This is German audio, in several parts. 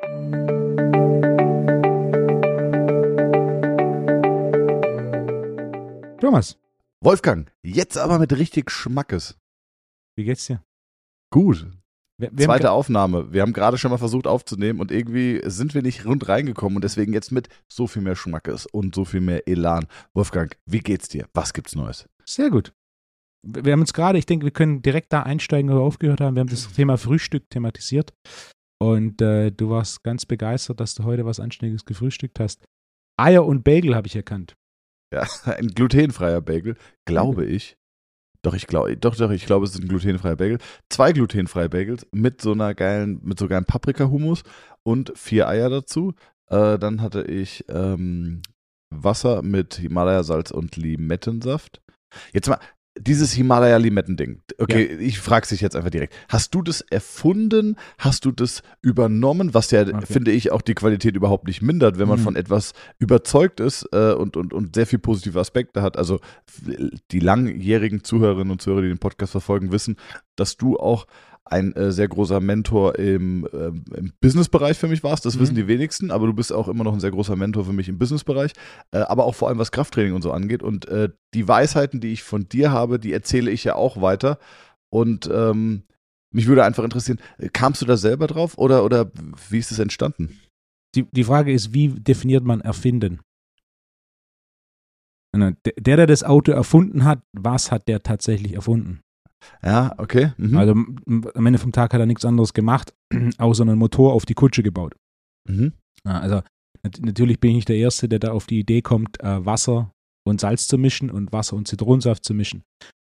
Thomas, Wolfgang, jetzt aber mit richtig Schmackes. wie geht's dir? Gut. Wir Zweite Aufnahme. Wir haben gerade schon mal versucht aufzunehmen und irgendwie sind wir nicht rund reingekommen und deswegen jetzt mit so viel mehr Schmackes und so viel mehr Elan. Wolfgang, wie geht's dir? Was gibt's Neues? Sehr gut. Wir haben uns gerade, ich denke, wir können direkt da einsteigen, wo wir aufgehört haben. Wir haben das Thema Frühstück thematisiert und du warst ganz begeistert, dass du heute was Anständiges gefrühstückt hast. Eier und Bagel habe ich erkannt. Ja, ein glutenfreier Bagel, glaube ich. Ich glaube, es ist ein glutenfreier Bagel. 2 glutenfreie Bagels mit so geilem Paprika-Hummus und 4 Eier dazu. Dann hatte ich Wasser mit Himalaya-Salz und Limettensaft. Jetzt mal, dieses Himalaya-Limetten-Ding. Okay, ja. Ich frage dich jetzt einfach direkt. Hast du das erfunden? Hast du das übernommen? Was ja, finde ich, auch die Qualität überhaupt nicht mindert, wenn man von etwas überzeugt ist und sehr viel positive Aspekte hat. Also die langjährigen Zuhörerinnen und Zuhörer, die den Podcast verfolgen, wissen, dass du auch ein sehr großer Mentor im Business-Bereich für mich warst. Das wissen die wenigsten, aber du bist auch immer noch ein sehr großer Mentor für mich im Business-Bereich, aber auch vor allem was Krafttraining und so angeht. Und die Weisheiten, die ich von dir habe, die erzähle ich ja auch weiter. Und mich würde einfach interessieren, kamst du da selber drauf oder wie ist es entstanden? Die Frage ist, wie definiert man erfinden? Der das Auto erfunden hat, was hat der tatsächlich erfunden? Ja, okay. Mhm. Also am Ende vom Tag hat er nichts anderes gemacht, außer einen Motor auf die Kutsche gebaut. Mhm. Also natürlich bin ich nicht der Erste, der da auf die Idee kommt, Wasser und Salz zu mischen und Wasser und Zitronensaft zu mischen.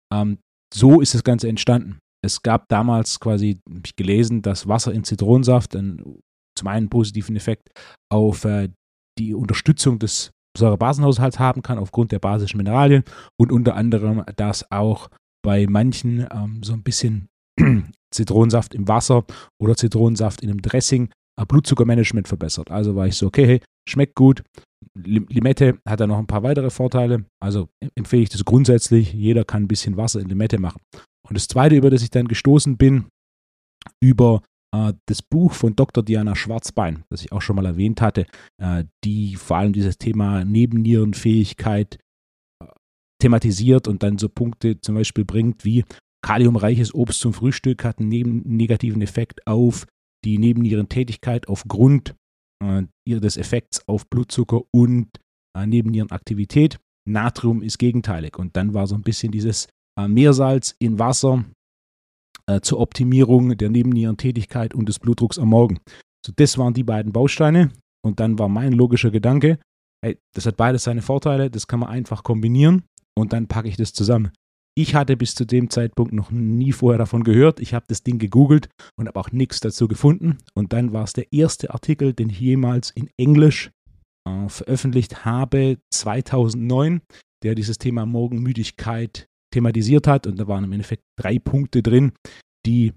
So ist das Ganze entstanden. Es gab damals quasi, habe ich gelesen, dass Wasser in Zitronensaft zum einen einen positiven Effekt auf die Unterstützung des Säurebasenhaushalts haben kann, aufgrund der basischen Mineralien und unter anderem, dass auch bei manchen so ein bisschen Zitronensaft im Wasser oder Zitronensaft in einem Dressing Blutzuckermanagement verbessert. Also war ich so, okay, hey, schmeckt gut. Limette hat da noch ein paar weitere Vorteile. Also empfehle ich das grundsätzlich. Jeder kann ein bisschen Wasser in Limette machen. Und das Zweite, über das ich dann gestoßen bin, über das Buch von Dr. Diana Schwarzbein, das ich auch schon mal erwähnt hatte, die vor allem dieses Thema Nebennierenfähigkeit thematisiert und dann so Punkte zum Beispiel bringt wie kaliumreiches Obst zum Frühstück hat einen negativen Effekt auf die Nebennierentätigkeit aufgrund des Effekts auf Blutzucker und Nebennierenaktivität. Natrium ist gegenteilig und dann war so ein bisschen dieses Meersalz in Wasser zur Optimierung der Nebennierentätigkeit und des Blutdrucks am Morgen. So, das waren die beiden Bausteine und dann war mein logischer Gedanke, hey, das hat beides seine Vorteile, das kann man einfach kombinieren. Und dann packe ich das zusammen. Ich hatte bis zu dem Zeitpunkt noch nie vorher davon gehört. Ich habe das Ding gegoogelt und habe auch nichts dazu gefunden. Und dann war es der erste Artikel, den ich jemals in Englisch veröffentlicht habe, 2009, der dieses Thema Morgenmüdigkeit thematisiert hat. Und da waren im Endeffekt 3 Punkte drin, die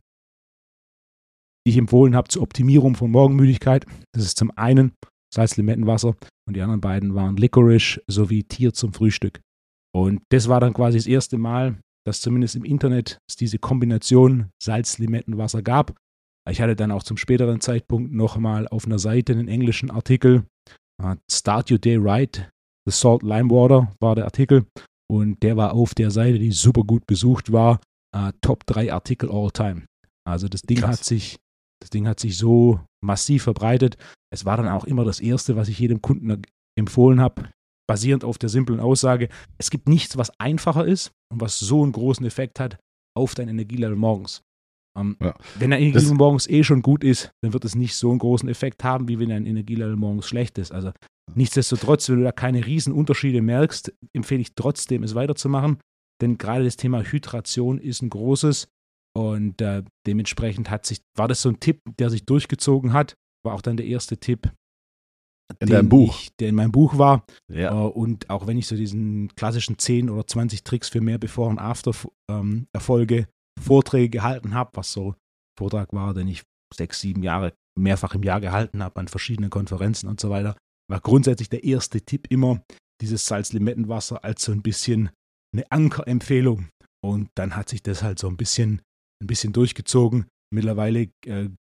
ich empfohlen habe zur Optimierung von Morgenmüdigkeit. Das ist zum einen Salzlimettenwasser und die anderen beiden waren Licorice sowie Tier zum Frühstück. Und das war dann quasi das erste Mal, dass zumindest im Internet es diese Kombination Salz-Limettenwasser gab. Ich hatte dann auch zum späteren Zeitpunkt nochmal auf einer Seite einen englischen Artikel. Start Your Day Right, The Salt Lime Water war der Artikel. Und der war auf der Seite, die super gut besucht war, Top 3 Artikel all time. Also das Ding hat sich so massiv verbreitet. Es war dann auch immer das Erste, was ich jedem Kunden empfohlen habe, basierend auf der simplen Aussage, es gibt nichts, was einfacher ist und was so einen großen Effekt hat auf dein Energielevel morgens. Wenn dein Energielevel morgens schon gut ist, dann wird es nicht so einen großen Effekt haben, wie wenn dein Energielevel morgens schlecht ist. Also nichtsdestotrotz, wenn du da keine riesen Unterschiede merkst, empfehle ich trotzdem, es weiterzumachen, denn gerade das Thema Hydration ist ein großes und dementsprechend war das so ein Tipp, der sich durchgezogen hat, war auch dann der erste Tipp, der in meinem Buch war. Ja. Und auch wenn ich so diesen klassischen 10 oder 20 Tricks für mehr Before- und After-Erfolge, Vorträge gehalten habe, was so ein Vortrag war, den ich 6, 7 Jahre mehrfach im Jahr gehalten habe an verschiedenen Konferenzen und so weiter, war grundsätzlich der erste Tipp immer dieses Salz-Limettenwasser als so ein bisschen eine Ankerempfehlung. Und dann hat sich das halt so ein bisschen durchgezogen. Mittlerweile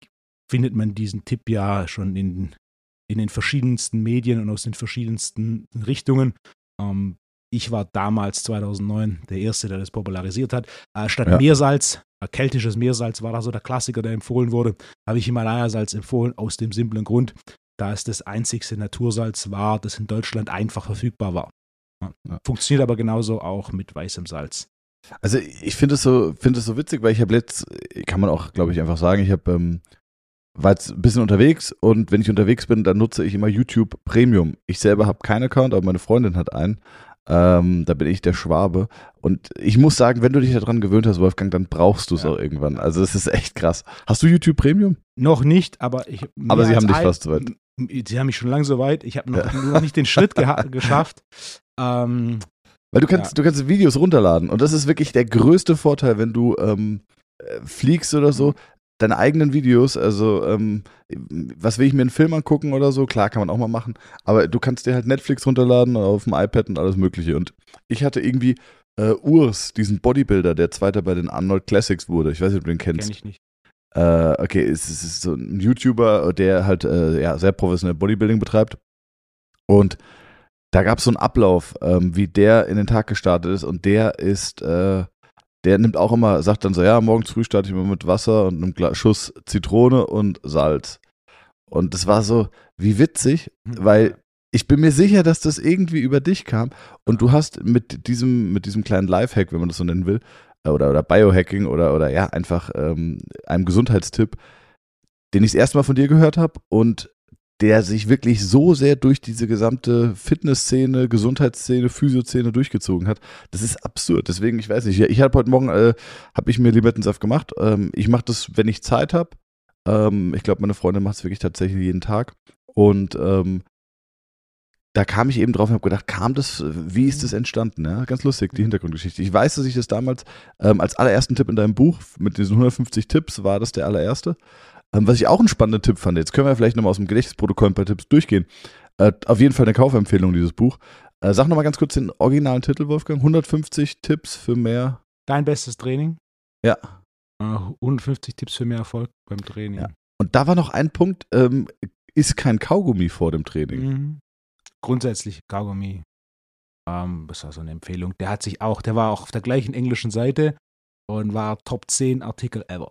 findet man diesen Tipp ja schon in den verschiedensten Medien und aus den verschiedensten Richtungen. Ich war damals 2009 der Erste, der das popularisiert hat. Statt Meersalz, keltisches Meersalz war da so der Klassiker, der empfohlen wurde, habe ich Himalaya-Salz empfohlen, aus dem simplen Grund, da es das einzigste Natursalz war, das in Deutschland einfach verfügbar war. Funktioniert aber genauso auch mit weißem Salz. Also ich finde es so witzig, weil ich habe kann man auch, glaube ich, einfach sagen, ich war jetzt ein bisschen unterwegs und wenn ich unterwegs bin, dann nutze ich immer YouTube Premium. Ich selber habe keinen Account, aber meine Freundin hat einen. Da bin ich der Schwabe. Und ich muss sagen, wenn du dich daran gewöhnt hast, Wolfgang, dann brauchst du es auch irgendwann. Also es ist echt krass. Hast du YouTube Premium? Noch nicht, aber aber sie haben dich fast so weit. Sie haben mich schon lange so weit. Ich habe noch nicht den Schritt geschafft. Weil du kannst Videos runterladen und das ist wirklich der größte Vorteil, wenn du fliegst oder so, deine eigenen Videos, also was will ich mir einen Film angucken oder so, klar, kann man auch mal machen, aber du kannst dir halt Netflix runterladen auf dem iPad und alles mögliche und ich hatte irgendwie Urs, diesen Bodybuilder, der Zweiter bei den Arnold Classics wurde, ich weiß nicht, ob du den kennst. Kenn ich nicht. Okay, es ist so ein YouTuber, der halt sehr professionell Bodybuilding betreibt und da gab es so einen Ablauf, wie der in den Tag gestartet ist und der nimmt auch immer, sagt dann so, ja, morgens früh starte ich immer mit Wasser und einem Schuss Zitrone und Salz. Und das war so, wie witzig, weil ich bin mir sicher, dass das irgendwie über dich kam und du hast mit diesem kleinen Lifehack, wenn man das so nennen will, oder Biohacking oder ja, einfach einem Gesundheitstipp, den ich das erste Mal von dir gehört habe und der sich wirklich so sehr durch diese gesamte Fitnessszene, Gesundheitsszene, Physioszene durchgezogen hat. Das ist absurd. Deswegen, ich weiß nicht, ich habe heute Morgen, habe ich mir Limettensaft gemacht. Ich mache das, wenn ich Zeit habe. Ich glaube, meine Freundin macht es wirklich tatsächlich jeden Tag. Und da kam ich eben drauf und habe gedacht, wie ist das entstanden? Ja? Ganz lustig, die Hintergrundgeschichte. Ich weiß, dass ich das damals als allerersten Tipp in deinem Buch mit diesen 150 Tipps war das der allererste. Was ich auch einen spannenden Tipp fand, jetzt können wir vielleicht nochmal aus dem Gedächtnisprotokoll ein paar Tipps durchgehen. Auf jeden Fall eine Kaufempfehlung, dieses Buch. Sag nochmal ganz kurz den originalen Titel, Wolfgang. 150 Tipps für mehr. Dein bestes Training? Ja. 150 Tipps für mehr Erfolg beim Training. Ja. Und da war noch ein Punkt, ist kein Kaugummi vor dem Training. Grundsätzlich Kaugummi. Das war so eine Empfehlung. Der war auch auf der gleichen englischen Seite und war Top 10 Artikel ever.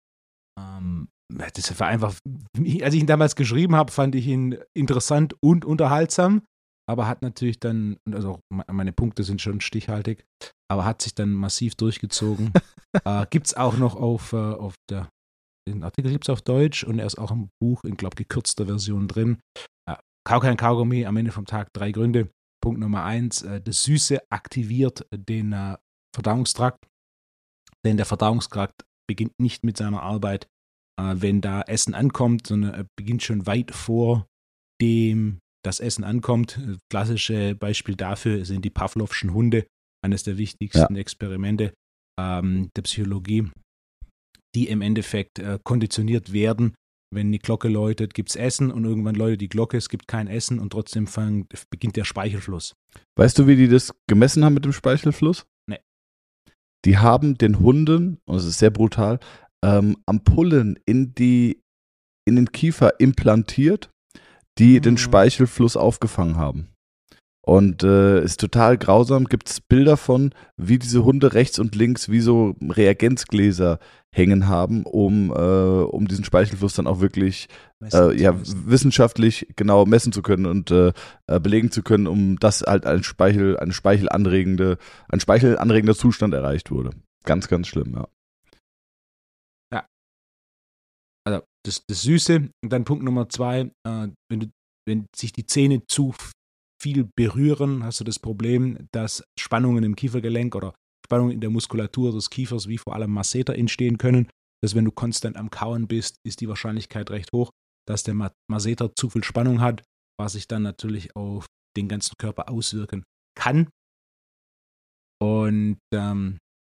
Das war einfach, als ich ihn damals geschrieben habe, fand ich ihn interessant und unterhaltsam, aber hat natürlich dann, also meine Punkte sind schon stichhaltig, aber hat sich dann massiv durchgezogen. Gibt es auch noch den Artikel gibt es auf Deutsch und er ist auch im Buch in, glaube ich, gekürzter Version drin. Kau kein Kaugummi, am Ende vom Tag 3 Gründe. Punkt Nummer 1, das Süße aktiviert den Verdauungstrakt, denn der Verdauungstrakt beginnt nicht mit seiner Arbeit, wenn da Essen ankommt, sondern er beginnt schon weit vor dem das Essen ankommt. Klassische Beispiel dafür sind die Pavlovschen Hunde, eines der wichtigsten Experimente der Psychologie, die im Endeffekt konditioniert werden. Wenn die Glocke läutet, gibt es Essen und irgendwann läutet die Glocke, es gibt kein Essen und trotzdem beginnt der Speichelfluss. Weißt du, wie die das gemessen haben mit dem Speichelfluss? Nee. Die haben den Hunden, und es ist sehr brutal, Ampullen in den Kiefer implantiert, die den Speichelfluss aufgefangen haben. Und ist total grausam. Gibt es Bilder von, wie diese Hunde rechts und links wie so Reagenzgläser hängen haben, um diesen Speichelfluss dann auch wirklich wissenschaftlich genau messen zu können und belegen zu können, um dass halt ein speichelanregender Zustand erreicht wurde. Ganz, ganz schlimm, ja. Also das Süße. Und dann Punkt Nummer 2, wenn sich die Zähne zu viel berühren, hast du das Problem, dass Spannungen im Kiefergelenk oder Spannungen in der Muskulatur des Kiefers wie vor allem Masseter entstehen können. Dass wenn du konstant am Kauen bist, ist die Wahrscheinlichkeit recht hoch, dass der Masseter zu viel Spannung hat, was sich dann natürlich auf den ganzen Körper auswirken kann. Und wir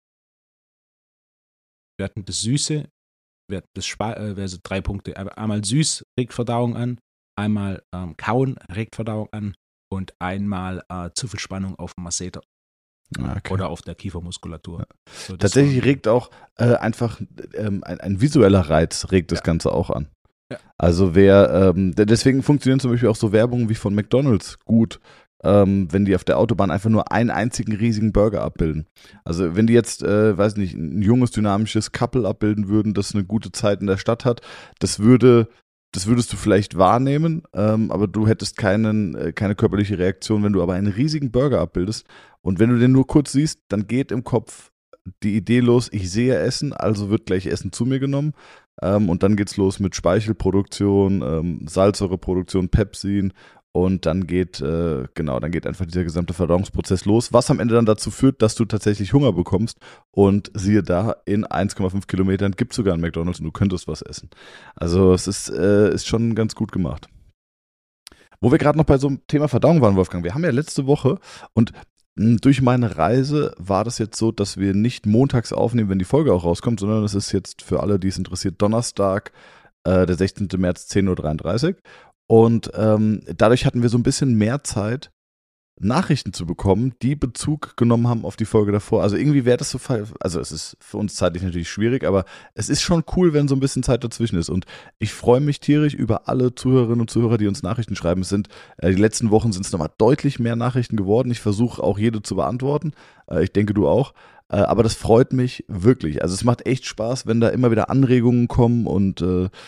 hatten das Süße, also 3 Punkte. Einmal süß regt Verdauung an, einmal Kauen regt Verdauung an und einmal zu viel Spannung auf dem Masseter oder auf der Kiefermuskulatur. Ja. So, tatsächlich regt auch einfach ein visueller Reiz regt das Ganze auch an. Ja. Also deswegen funktionieren zum Beispiel auch so Werbungen wie von McDonald's gut, wenn die auf der Autobahn einfach nur einen einzigen riesigen Burger abbilden. Also wenn die jetzt, weiß nicht, ein junges, dynamisches Couple abbilden würden, das eine gute Zeit in der Stadt hat, das würdest du vielleicht wahrnehmen, aber du hättest keine körperliche Reaktion, wenn du aber einen riesigen Burger abbildest. Und wenn du den nur kurz siehst, dann geht im Kopf die Idee los, ich sehe Essen, also wird gleich Essen zu mir genommen. Und dann geht's los mit Speichelproduktion, Salzsäureproduktion, Pepsin. Und dann geht einfach dieser gesamte Verdauungsprozess los, was am Ende dann dazu führt, dass du tatsächlich Hunger bekommst. Und siehe da, in 1,5 Kilometern gibt es sogar einen McDonald's und du könntest was essen. Also es ist schon ganz gut gemacht. Wo wir gerade noch bei so einem Thema Verdauung waren, Wolfgang, wir haben ja letzte Woche und durch meine Reise war das jetzt so, dass wir nicht montags aufnehmen, wenn die Folge auch rauskommt, sondern es ist jetzt für alle, die es interessiert, Donnerstag, der 16. März, 10.33 Uhr. Und dadurch hatten wir so ein bisschen mehr Zeit, Nachrichten zu bekommen, die Bezug genommen haben auf die Folge davor. Also irgendwie wäre das so, also es ist für uns zeitlich natürlich schwierig, aber es ist schon cool, wenn so ein bisschen Zeit dazwischen ist. Und ich freue mich tierisch über alle Zuhörerinnen und Zuhörer, die uns Nachrichten schreiben. Die letzten Wochen sind es nochmal deutlich mehr Nachrichten geworden. Ich versuche auch jede zu beantworten. Ich denke, du auch. Aber das freut mich wirklich. Also es macht echt Spaß, wenn da immer wieder Anregungen kommen und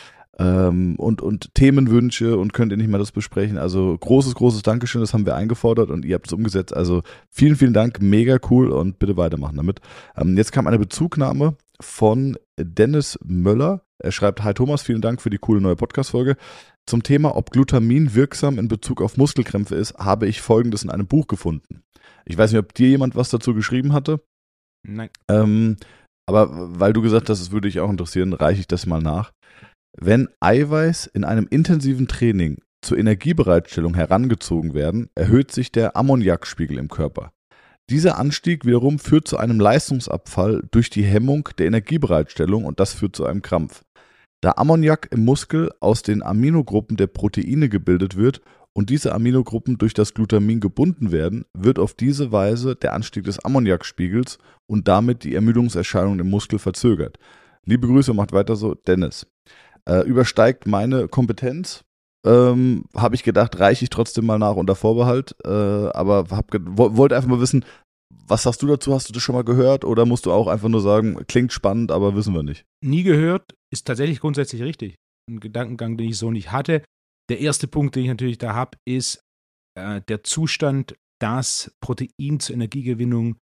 Themenwünsche und könnt ihr nicht mal das besprechen. Also großes Dankeschön, das haben wir eingefordert und ihr habt es umgesetzt. Also vielen Dank, mega cool und bitte weitermachen damit. Jetzt kam eine Bezugnahme von Dennis Möller. Er schreibt: Hi Thomas, vielen Dank für die coole neue Podcast-Folge. Zum Thema, ob Glutamin wirksam in Bezug auf Muskelkrämpfe ist, habe ich Folgendes in einem Buch gefunden. Ich weiß nicht, ob dir jemand was dazu geschrieben hatte. Nein. Aber weil du gesagt hast, es würde dich auch interessieren, reiche ich das mal nach. Wenn Eiweiß in einem intensiven Training zur Energiebereitstellung herangezogen werden, erhöht sich der Ammoniakspiegel im Körper. Dieser Anstieg wiederum führt zu einem Leistungsabfall durch die Hemmung der Energiebereitstellung und das führt zu einem Krampf. Da Ammoniak im Muskel aus den Aminogruppen der Proteine gebildet wird und diese Aminogruppen durch das Glutamin gebunden werden, wird auf diese Weise der Anstieg des Ammoniakspiegels und damit die Ermüdungserscheinungen im Muskel verzögert. Liebe Grüße, macht weiter so, Dennis. Übersteigt meine Kompetenz, habe ich gedacht, reiche ich trotzdem mal nach unter Vorbehalt, aber wollte einfach mal wissen, was sagst du dazu? Hast du das schon mal gehört oder musst du auch einfach nur sagen, klingt spannend, aber wissen wir nicht? Nie gehört, ist tatsächlich grundsätzlich richtig. Ein Gedankengang, den ich so nicht hatte. Der erste Punkt, den ich natürlich da habe, ist der Zustand, dass Protein zur Energiegewinnung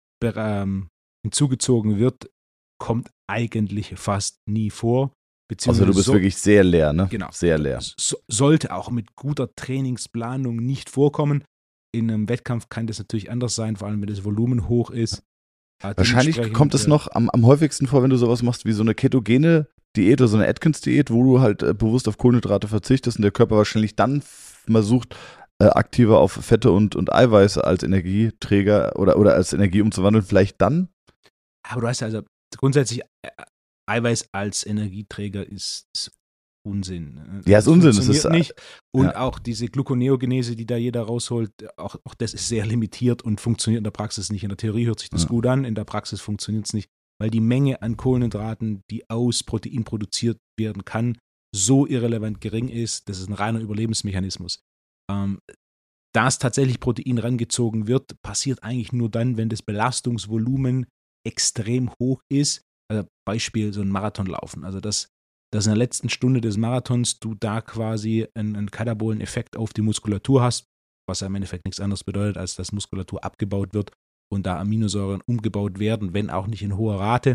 hinzugezogen wird, kommt eigentlich fast nie vor. Also du bist wirklich sehr leer, ne? Genau. Sehr leer. Sollte auch mit guter Trainingsplanung nicht vorkommen. In einem Wettkampf kann das natürlich anders sein, vor allem wenn das Volumen hoch ist. Wahrscheinlich kommt es noch am häufigsten vor, wenn du sowas machst wie so eine ketogene Diät oder so eine Atkins-Diät, wo du halt bewusst auf Kohlenhydrate verzichtest und der Körper wahrscheinlich dann mal sucht, aktiver auf Fette und Eiweiß als Energieträger oder als Energie umzuwandeln. Vielleicht dann? Aber du weißt ja, also grundsätzlich Eiweiß als Energieträger ist Unsinn. Ja, ist Unsinn. Das funktioniert nicht. Und auch diese Gluconeogenese, die da jeder rausholt, auch das ist sehr limitiert und funktioniert in der Praxis nicht. In der Theorie hört sich das gut an, in der Praxis funktioniert es nicht, weil die Menge an Kohlenhydraten, die aus Protein produziert werden kann, so irrelevant gering ist. Das ist ein reiner Überlebensmechanismus. Dass tatsächlich Protein rangezogen wird, passiert eigentlich nur dann, wenn das Belastungsvolumen extrem hoch ist. Also Beispiel so ein Marathonlaufen. Also dass in der letzten Stunde des Marathons du da quasi einen katabolen Effekt auf die Muskulatur hast, was ja im Endeffekt nichts anderes bedeutet, als dass Muskulatur abgebaut wird und da Aminosäuren umgebaut werden, wenn auch nicht in hoher Rate.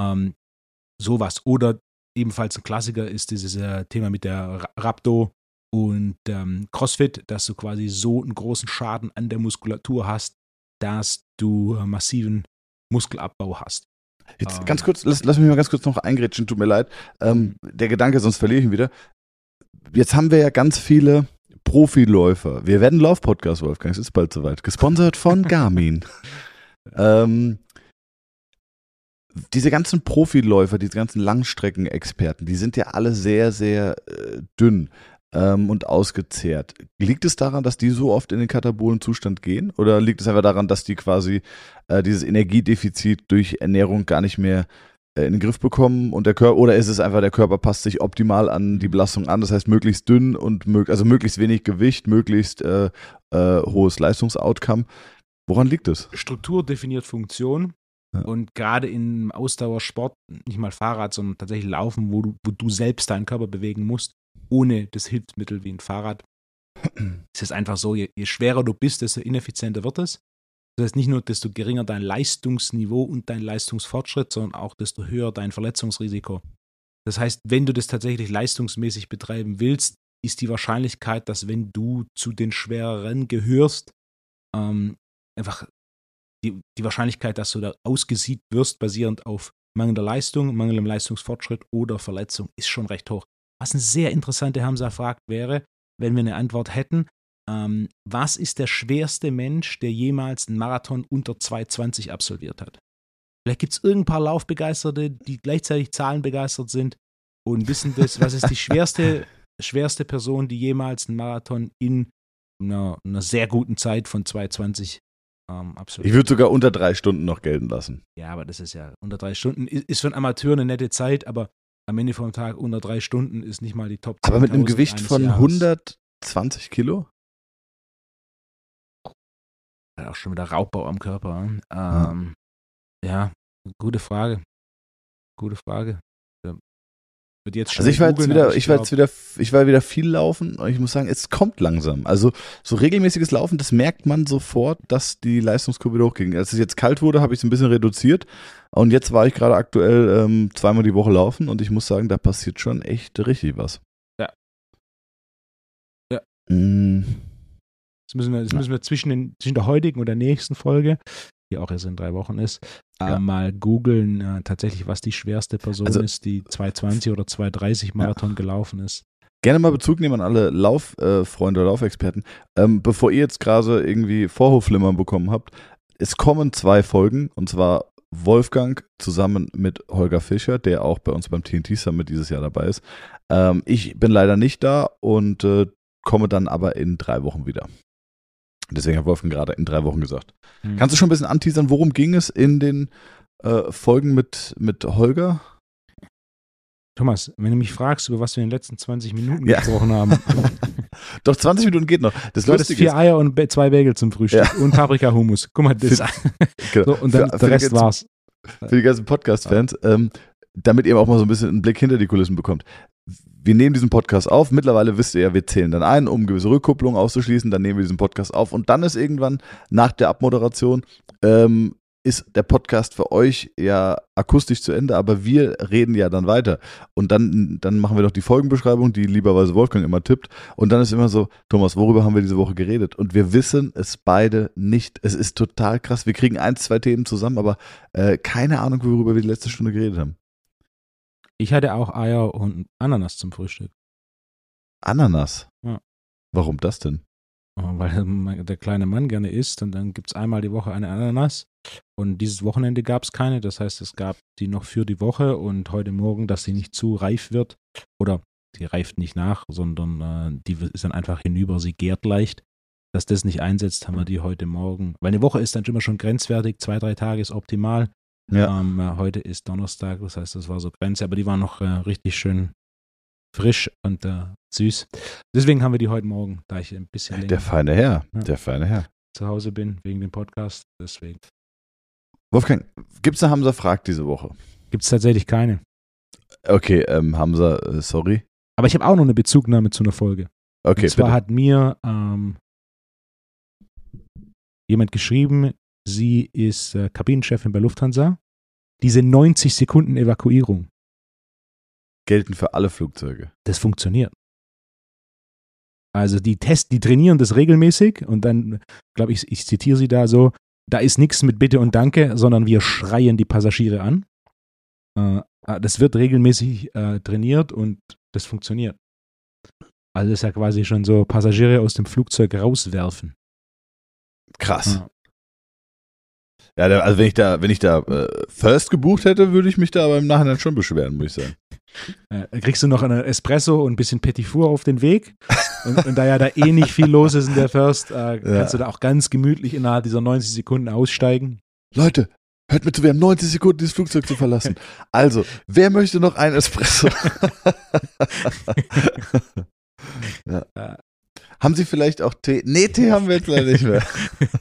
Sowas. Oder ebenfalls ein Klassiker ist dieses Thema mit der Rhabdo und CrossFit, dass du quasi so einen großen Schaden an der Muskulatur hast, dass du massiven Muskelabbau hast. Jetzt ganz kurz, lass mich mal ganz kurz noch eingrätschen, tut mir leid. Der Gedanke, sonst verliere ich ihn wieder. Jetzt haben wir ja ganz viele Profiläufer. Wir werden Lauf-Podcast, Wolfgang, es ist bald soweit. Gesponsert von Garmin. Diese ganzen Profiläufer, diese ganzen Langstreckenexperten, die sind ja alle sehr, sehr dünn und ausgezehrt. Liegt es daran, dass die so oft in den katabolen Zustand gehen? Oder liegt es einfach daran, dass die quasi dieses Energiedefizit durch Ernährung gar nicht mehr in den Griff bekommen und oder ist es einfach, der Körper passt sich optimal an die Belastung an, das heißt möglichst dünn und also möglichst wenig Gewicht, möglichst hohes Leistungsoutcome. Woran liegt es? Struktur definiert Funktion. Ja. Und gerade im Ausdauersport, nicht mal Fahrrad, sondern tatsächlich Laufen, wo du selbst deinen Körper bewegen musst, ohne das Hilfsmittel wie ein Fahrrad, ist es einfach so, je schwerer du bist, desto ineffizienter wird es. Das heißt nicht nur, desto geringer dein Leistungsniveau und dein Leistungsfortschritt, sondern auch desto höher dein Verletzungsrisiko. Das heißt, wenn du das tatsächlich leistungsmäßig betreiben willst, ist die Wahrscheinlichkeit, dass wenn du zu den Schwereren gehörst, einfach die Wahrscheinlichkeit, dass du da ausgesiebt wirst, basierend auf mangelnder Leistung, mangelndem Leistungsfortschritt oder Verletzung, ist schon recht hoch. Was eine sehr interessante Hamza-Frage wäre, wenn wir eine Antwort hätten, was ist der schwerste Mensch, der jemals einen Marathon unter 2,20 absolviert hat? Vielleicht gibt es irgendein paar Laufbegeisterte, die gleichzeitig zahlenbegeistert sind und wissen das, was ist die schwerste Person, die jemals einen Marathon in einer sehr guten Zeit von 2,20 absolviert. Ich würde sogar unter 3 Stunden noch gelten lassen. Ja, aber das ist ja unter 3 Stunden, ist für einen Amateur eine nette Zeit, aber am Ende vom Tag unter 3 Stunden ist nicht mal die Top 10. Aber mit einem Gewicht von 120 Kilo? Hat auch schon wieder Raubbau am Körper. Ja, gute Frage. Wird jetzt schon also ich war wieder viel laufen und ich muss sagen, es kommt langsam. Also so regelmäßiges Laufen, das merkt man sofort, dass die Leistungskurve wieder hochging. Als es jetzt kalt wurde, habe ich es ein bisschen reduziert und jetzt war ich gerade aktuell 2-mal die Woche laufen und ich muss sagen, da passiert schon echt richtig was. Ja. Das müssen wir zwischen der heutigen und der nächsten Folge, die auch erst in 3 Wochen ist, mal googeln, tatsächlich, was die schwerste Person ist, die 2,20 oder 2,30 Marathon gelaufen ist. Gerne mal Bezug nehmen an alle Lauffreunde, Laufexperten. Bevor ihr jetzt gerade irgendwie Vorhofflimmern bekommen habt, es kommen 2 Folgen, und zwar Wolfgang zusammen mit Holger Fischer, der auch bei uns beim TNT Summit dieses Jahr dabei ist. Ich bin leider nicht da und komme dann aber in 3 Wochen wieder. Deswegen hat Wolfgang gerade in 3 Wochen gesagt. Kannst du schon ein bisschen anteasern, worum ging es in den Folgen mit Holger? Thomas, wenn du mich fragst, über was wir in den letzten 20 Minuten gesprochen haben. Doch, 20 Minuten geht noch. Das Lustige ist 4 Eier und 2 Bagel zum Frühstück und Paprika-Hummus. Guck mal, das so, und dann der Rest war's. Für die ganzen Podcast-Fans, damit ihr auch mal so ein bisschen einen Blick hinter die Kulissen bekommt. Wir nehmen diesen Podcast auf. Mittlerweile wisst ihr ja, wir zählen dann ein, um gewisse Rückkupplungen auszuschließen. Dann nehmen wir diesen Podcast auf und dann ist irgendwann nach der Abmoderation ist der Podcast für euch ja akustisch zu Ende, aber wir reden ja dann weiter. Und dann machen wir doch die Folgenbeschreibung, die lieberweise Wolfgang immer tippt. Und dann ist immer so, Thomas, worüber haben wir diese Woche geredet? Und wir wissen es beide nicht. Es ist total krass. Wir kriegen 1, 2 Themen zusammen, aber keine Ahnung, worüber wir die letzte Stunde geredet haben. Ich hatte auch Eier und Ananas zum Frühstück. Ananas? Ja. Warum das denn? Weil der kleine Mann gerne isst und dann gibt es einmal die Woche eine Ananas und dieses Wochenende gab es keine, das heißt, es gab die noch für die Woche und heute Morgen, dass sie nicht zu reif wird oder sie reift nicht nach, sondern die ist dann einfach hinüber, sie gärt leicht. Dass das nicht einsetzt, haben wir die heute Morgen, weil eine Woche ist dann immer schon grenzwertig, 2, 3 Tage ist optimal. Ja. Heute ist Donnerstag, das heißt, das war so Grenze, aber die waren noch richtig schön frisch und süß. Deswegen haben wir die heute Morgen, da ich ein bisschen länger der feine Herr zu Hause bin, wegen dem Podcast, deswegen. Wolfgang, gibt es eine Hamza Frag diese Woche? Gibt es tatsächlich keine. Okay, Hamza, sorry. Aber ich habe auch noch eine Bezugnahme zu einer Folge. Okay, und zwar bitte. hat mir jemand geschrieben, sie ist Kabinenchefin bei Lufthansa. Diese 90 Sekunden Evakuierung. Gelten für alle Flugzeuge. Das funktioniert. Also die trainieren das regelmäßig und dann, glaube ich, ich zitiere sie da so, da ist nichts mit Bitte und Danke, sondern wir schreien die Passagiere an. Das wird regelmäßig trainiert und das funktioniert. Also das ist ja quasi schon so Passagiere aus dem Flugzeug rauswerfen. Krass. Ja, also wenn ich da First gebucht hätte, würde ich mich da aber im Nachhinein schon beschweren, muss ich sagen. Kriegst du noch einen Espresso und ein bisschen Petit Four auf den Weg und da ja da eh nicht viel los ist in der First, kannst du da auch ganz gemütlich innerhalb dieser 90 Sekunden aussteigen. Leute, hört mir zu, wir haben 90 Sekunden, dieses Flugzeug zu verlassen. Also, wer möchte noch einen Espresso? Ja. Haben Sie vielleicht auch Tee? Nee, Tee haben wir jetzt leider nicht mehr.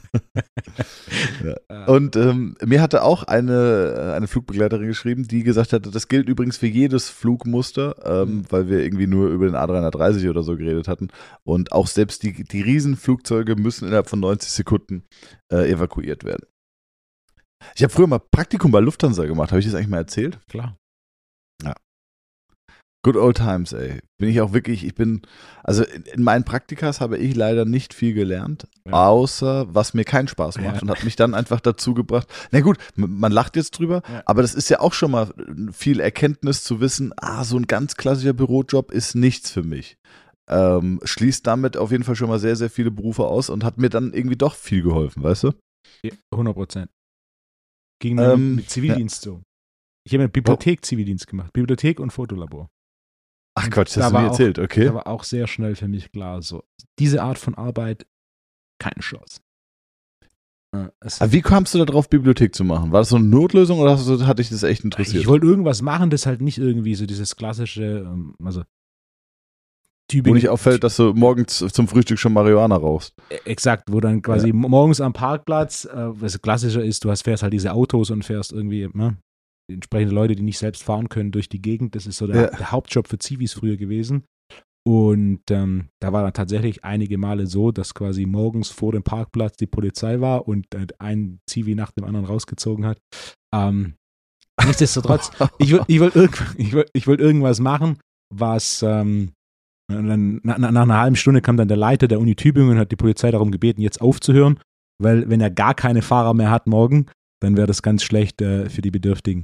Ja. Und mir hatte auch eine Flugbegleiterin geschrieben, die gesagt hatte, das gilt übrigens für jedes Flugmuster, weil wir irgendwie nur über den A330 oder so geredet hatten. Und auch selbst die Riesenflugzeuge müssen innerhalb von 90 Sekunden evakuiert werden. Ich habe früher mal Praktikum bei Lufthansa gemacht. Habe ich das eigentlich mal erzählt? Klar. Ja. Good old times, ey. Also in meinen Praktikas habe ich leider nicht viel gelernt, außer was mir keinen Spaß macht und hat mich dann einfach dazu gebracht. Na gut, man lacht jetzt drüber, aber das ist ja auch schon mal viel Erkenntnis zu wissen, so ein ganz klassischer Bürojob ist nichts für mich. Schließt damit auf jeden Fall schon mal sehr, sehr viele Berufe aus und hat mir dann irgendwie doch viel geholfen, weißt du? Ja, 100%. Ging mir mit Zivildienst so. Ich habe in der Bibliothek Zivildienst gemacht. Bibliothek und Fotolabor. Ach Quatsch, das hast du mir erzählt, okay. Da war auch sehr schnell für mich klar, so diese Art von Arbeit, keine Chance. Aber wie kamst du da drauf, Bibliothek zu machen? War das so eine Notlösung oder hat dich das echt interessiert? Ich wollte irgendwas machen, das halt nicht irgendwie so dieses klassische, also Tübingen. Wo nicht auffällt, dass du morgens zum Frühstück schon Marihuana rauchst. Exakt, wo dann quasi morgens am Parkplatz, was klassischer ist, fährst halt diese Autos und fährst irgendwie, entsprechende Leute, die nicht selbst fahren können, durch die Gegend. Das ist so der Hauptjob für Zivis früher gewesen. Und da war dann tatsächlich einige Male so, dass quasi morgens vor dem Parkplatz die Polizei war und ein Zivi nach dem anderen rausgezogen hat. Nichtsdestotrotz, ich wollte irgendwas machen, was und dann nach einer halben Stunde kam dann der Leiter der Uni Tübingen und hat die Polizei darum gebeten, jetzt aufzuhören, weil wenn er gar keine Fahrer mehr hat morgen, dann wäre das ganz schlecht für die Bedürftigen.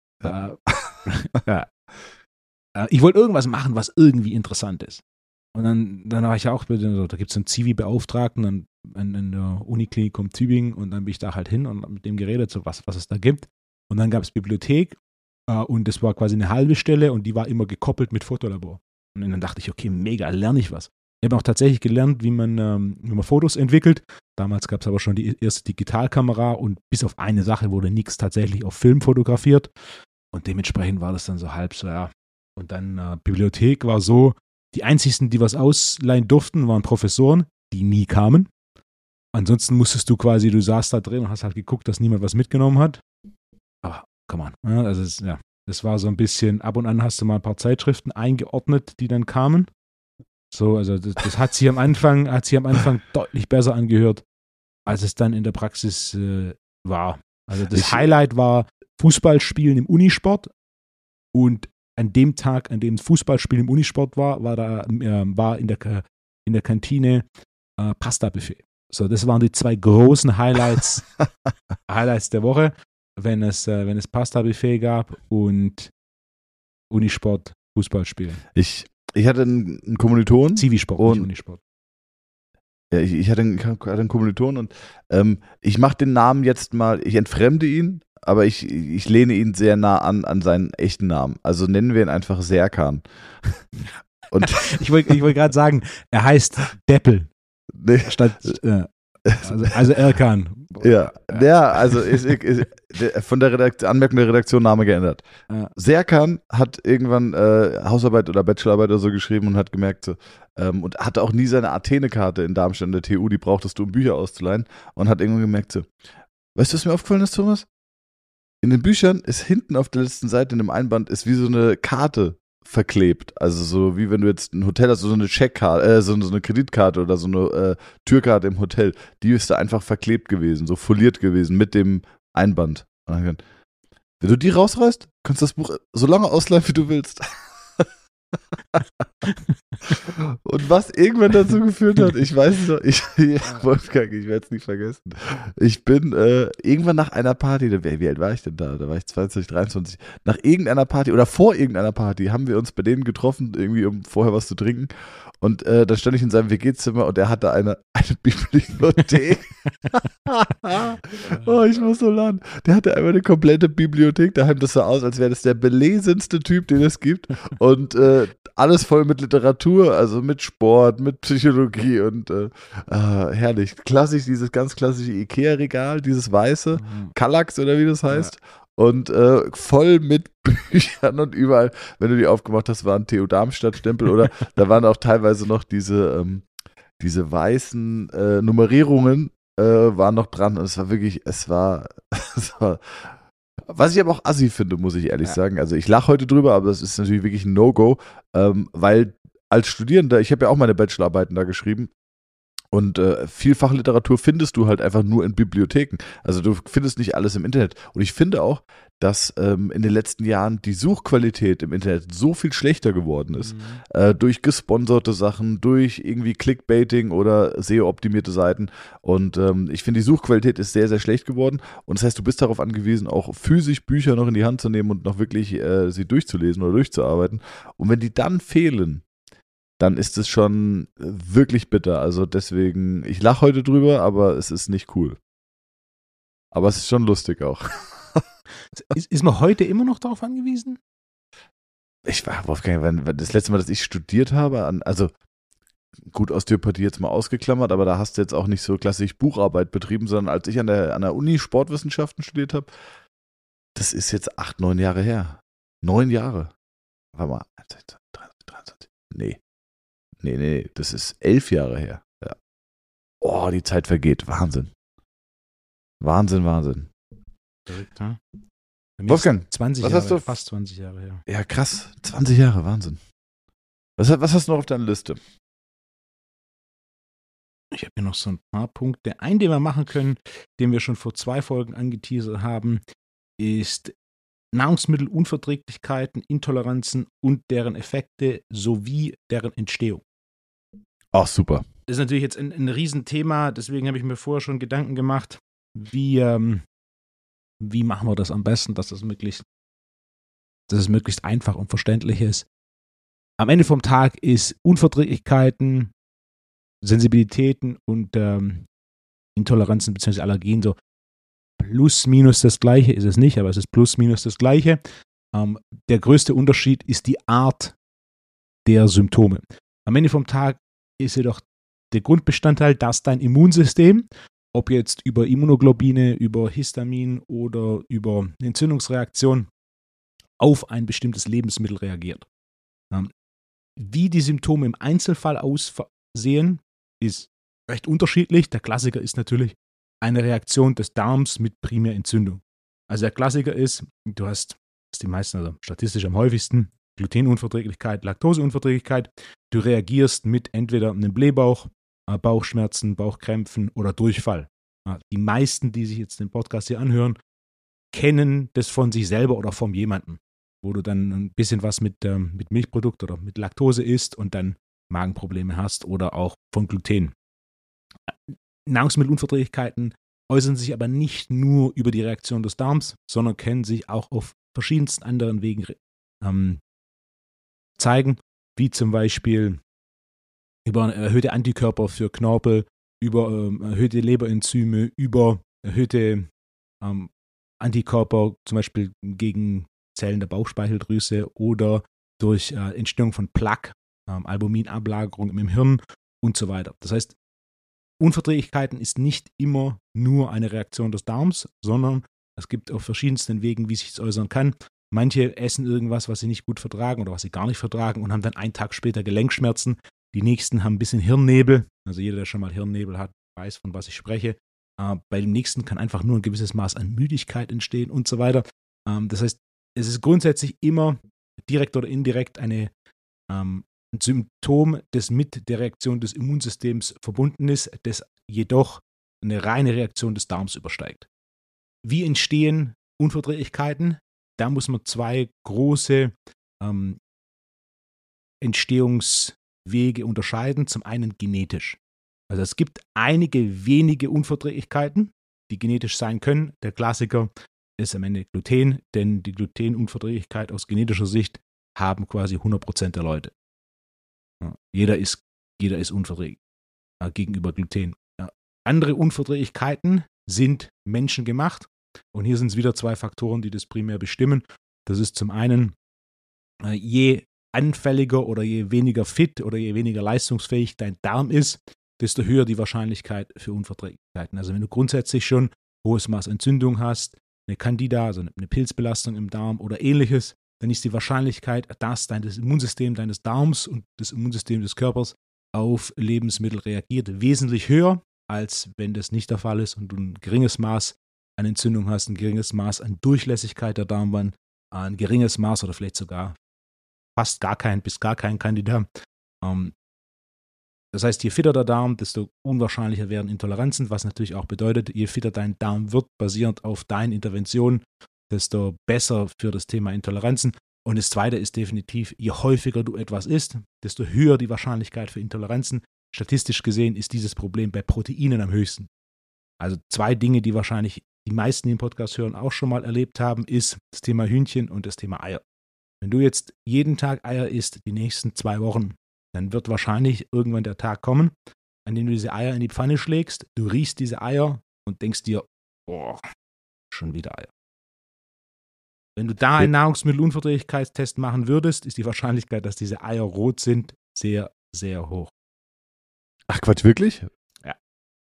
Ich wollte irgendwas machen, was irgendwie interessant ist. Und dann war ich ja auch, da gibt es einen Zivi-Beauftragten in der Uniklinikum Tübingen und dann bin ich da halt hin und mit dem geredet, so was es da gibt. Und dann gab es Bibliothek und das war quasi eine halbe Stelle und die war immer gekoppelt mit Fotolabor. Und dann dachte ich, okay, mega, lerne ich was. Ich habe auch tatsächlich gelernt, wie man Fotos entwickelt. Damals gab es aber schon die erste Digitalkamera und bis auf eine Sache wurde nichts tatsächlich auf Film fotografiert. Und dementsprechend war das dann so halb so, ja. Und dann Bibliothek war so, die einzigsten, die was ausleihen durften, waren Professoren, die nie kamen. Ansonsten du saßt da drin und hast halt geguckt, dass niemand was mitgenommen hat. Aber, come on. Ja, also das war so ein bisschen, ab und an hast du mal ein paar Zeitschriften eingeordnet, die dann kamen. So, also das hat sich am Anfang deutlich besser angehört, als es dann in der Praxis war. Also das Highlight war Fußballspielen im Unisport und an dem Tag, an dem Fußballspielen im Unisport war in der Kantine Pasta-Buffet. So, das waren die zwei großen Highlights der Woche, wenn es Pasta-Buffet gab und Unisport Fußballspielen. Ich hatte einen Kommiliton. Zivisport, nicht Unisport. Ja, ich hatte einen Kommiliton und ich mache den Namen jetzt mal, ich entfremde ihn, aber ich lehne ihn sehr nah an seinen echten Namen. Also nennen wir ihn einfach Serkan. Und ich wollte gerade sagen, er heißt Deppel. Nee. Also Erkan. Ja, also von der Anmerkung der Redaktion Name geändert. Ja. Serkan hat irgendwann Hausarbeit oder Bachelorarbeit oder so geschrieben und hat gemerkt, so, und hatte auch nie seine Athene-Karte in Darmstadt in der TU, die brauchtest du, um Bücher auszuleihen, und hat irgendwann gemerkt, so, weißt du, was mir aufgefallen ist, Thomas? In den Büchern ist hinten auf der letzten Seite in dem Einband ist wie so eine Karte verklebt. Also so wie wenn du jetzt ein Hotel hast, so eine Checkkarte, so eine Kreditkarte oder so eine Türkarte im Hotel, die ist da einfach verklebt gewesen, so foliert gewesen mit dem Einband. Und dann, wenn du die rausreißt, kannst du das Buch so lange ausleihen, wie du willst. Und was irgendwann dazu geführt hat, ich weiß es noch, Wolfgang, ich werde es nicht vergessen. Ich bin irgendwann nach einer Party, wie alt war ich denn da? Da war ich 20, 23. Nach irgendeiner Party oder vor irgendeiner Party haben wir uns bei denen getroffen, irgendwie um vorher was zu trinken. Und dann stand ich in seinem WG-Zimmer und er hatte eine Bibliothek. Oh, ich muss so lachen. Der hatte einfach eine komplette Bibliothek daheim. Das sah aus, als wäre das der belesenste Typ, den es gibt. Und alles voll mit Literatur Literatur, also mit Sport, mit Psychologie und herrlich. Klassisch, dieses ganz klassische Ikea-Regal, dieses weiße, Kallax oder wie das heißt. Und voll mit Büchern und überall, wenn du die aufgemacht hast, war ein TU Darmstadt-Stempel oder da waren auch teilweise noch diese weißen Nummerierungen waren noch dran und es war wirklich, es war was ich aber auch assi finde, muss ich ehrlich sagen. Also ich lache heute drüber, aber das ist natürlich wirklich ein No-Go, weil als Studierender, ich habe ja auch meine Bachelorarbeiten da geschrieben und viel Fachliteratur findest du halt einfach nur in Bibliotheken. Also du findest nicht alles im Internet. Und ich finde auch, dass in den letzten Jahren die Suchqualität im Internet so viel schlechter geworden ist. Durch gesponserte Sachen, durch irgendwie Clickbaiting oder SEO-optimierte Seiten. Und ich finde, die Suchqualität ist sehr, sehr schlecht geworden. Und das heißt, du bist darauf angewiesen, auch physisch Bücher noch in die Hand zu nehmen und noch wirklich sie durchzulesen oder durchzuarbeiten. Und wenn die dann fehlen, dann ist es schon wirklich bitter. Also deswegen, ich lache heute drüber, aber es ist nicht cool. Aber es ist schon lustig auch. Ist man heute immer noch darauf angewiesen? Ich war, Wolfgang, das letzte Mal, dass ich studiert habe, also gut, Osteopathie jetzt mal ausgeklammert, aber da hast du jetzt auch nicht so klassisch Bucharbeit betrieben, sondern als ich an der Uni Sportwissenschaften studiert habe, das ist jetzt 8, 9 Jahre her. 9 Jahre. Warte mal, 23. Nee, das ist 11 Jahre her. Ja. Oh, die Zeit vergeht. Wahnsinn. Wahnsinn. Verrückt, ne? Wolfgang, 20 was Jahre, hast du? fast 20 Jahre her. Ja, krass. 20 Jahre, Wahnsinn. Was hast du noch auf deiner Liste? Ich habe hier noch so ein paar Punkte. Einen, den wir machen können, den wir schon vor 2 Folgen angeteasert haben, ist Nahrungsmittelunverträglichkeiten, Intoleranzen und deren Effekte sowie deren Entstehung. Ach, super. Das ist natürlich jetzt ein Riesenthema, deswegen habe ich mir vorher schon Gedanken gemacht, wie machen wir das am besten, dass es möglichst einfach und verständlich ist. Am Ende vom Tag ist Unverträglichkeiten, Sensibilitäten und Intoleranzen bzw. Allergien so plus minus das Gleiche, ist es nicht, aber es ist plus minus das Gleiche. Der größte Unterschied ist die Art der Symptome. Am Ende vom Tag ist jedoch der Grundbestandteil, dass dein Immunsystem, ob jetzt über Immunoglobine, über Histamin oder über Entzündungsreaktion, auf ein bestimmtes Lebensmittel reagiert. Wie die Symptome im Einzelfall aussehen, ist recht unterschiedlich. Der Klassiker ist natürlich eine Reaktion des Darms mit Primärentzündung. Also der Klassiker ist, du hast die meisten, also statistisch am häufigsten, Glutenunverträglichkeit, Laktoseunverträglichkeit. Du reagierst mit entweder einem Blähbauch, Bauchschmerzen, Bauchkrämpfen oder Durchfall. Die meisten, die sich jetzt den Podcast hier anhören, kennen das von sich selber oder von jemandem, wo du dann ein bisschen was mit Milchprodukt oder mit Laktose isst und dann Magenprobleme hast oder auch von Gluten. Nahrungsmittelunverträglichkeiten äußern sich aber nicht nur über die Reaktion des Darms, sondern können sich auch auf verschiedensten anderen Wegen zeigen, wie zum Beispiel über erhöhte Antikörper für Knorpel, über erhöhte Leberenzyme, über erhöhte Antikörper zum Beispiel gegen Zellen der Bauchspeicheldrüse oder durch Entstehung von Plaque, Albuminablagerung im Hirn und so weiter. Das heißt, Unverträglichkeiten ist nicht immer nur eine Reaktion des Darms, sondern es gibt auf verschiedensten Wegen, wie sich es äußern kann. Manche essen irgendwas, was sie nicht gut vertragen oder was sie gar nicht vertragen und haben dann einen Tag später Gelenkschmerzen. Die nächsten haben ein bisschen Hirnnebel. Also jeder, der schon mal Hirnnebel hat, weiß, von was ich spreche. Bei dem nächsten kann einfach nur ein gewisses Maß an Müdigkeit entstehen und so weiter. Das heißt, es ist grundsätzlich immer direkt oder indirekt ein Symptom, das mit der Reaktion des Immunsystems verbunden ist, das jedoch eine reine Reaktion des Darms übersteigt. Wie entstehen Unverträglichkeiten? Da muss man 2 große Entstehungswege unterscheiden. Zum einen genetisch. Also es gibt einige wenige Unverträglichkeiten, die genetisch sein können. Der Klassiker ist am Ende Gluten, denn die Glutenunverträglichkeit aus genetischer Sicht haben quasi 100% der Leute. Jeder ist unverträglich gegenüber Gluten. Andere Unverträglichkeiten sind menschengemacht. Und hier sind es wieder 2 Faktoren, die das primär bestimmen. Das ist zum einen, je anfälliger oder je weniger fit oder je weniger leistungsfähig dein Darm ist, desto höher die Wahrscheinlichkeit für Unverträglichkeiten. Also wenn du grundsätzlich schon hohes Maß Entzündung hast, eine Candida, also eine Pilzbelastung im Darm oder ähnliches, dann ist die Wahrscheinlichkeit, dass das Immunsystem deines Darms und das Immunsystem des Körpers auf Lebensmittel reagiert, wesentlich höher, als wenn das nicht der Fall ist und du ein geringes Maß an Entzündung hast, ein geringes Maß an Durchlässigkeit der Darmwand, ein geringes Maß oder vielleicht sogar fast gar kein bis gar kein Candida. Das heißt, je fitter der Darm, desto unwahrscheinlicher werden Intoleranzen, was natürlich auch bedeutet, je fitter dein Darm wird, basierend auf deinen Interventionen, desto besser für das Thema Intoleranzen. Und das Zweite ist definitiv, je häufiger du etwas isst, desto höher die Wahrscheinlichkeit für Intoleranzen. Statistisch gesehen ist dieses Problem bei Proteinen am höchsten. Also 2 Dinge, die wahrscheinlich die meisten, die den Podcast hören, auch schon mal erlebt haben, ist das Thema Hühnchen und das Thema Eier. Wenn du jetzt jeden Tag Eier isst, die nächsten 2 Wochen, dann wird wahrscheinlich irgendwann der Tag kommen, an dem du diese Eier in die Pfanne schlägst, du riechst diese Eier und denkst dir, boah, schon wieder Eier. Wenn du da einen Nahrungsmittelunverträglichkeitstest machen würdest, ist die Wahrscheinlichkeit, dass diese Eier rot sind, sehr, sehr hoch. Ach Quatsch, wirklich? Ja.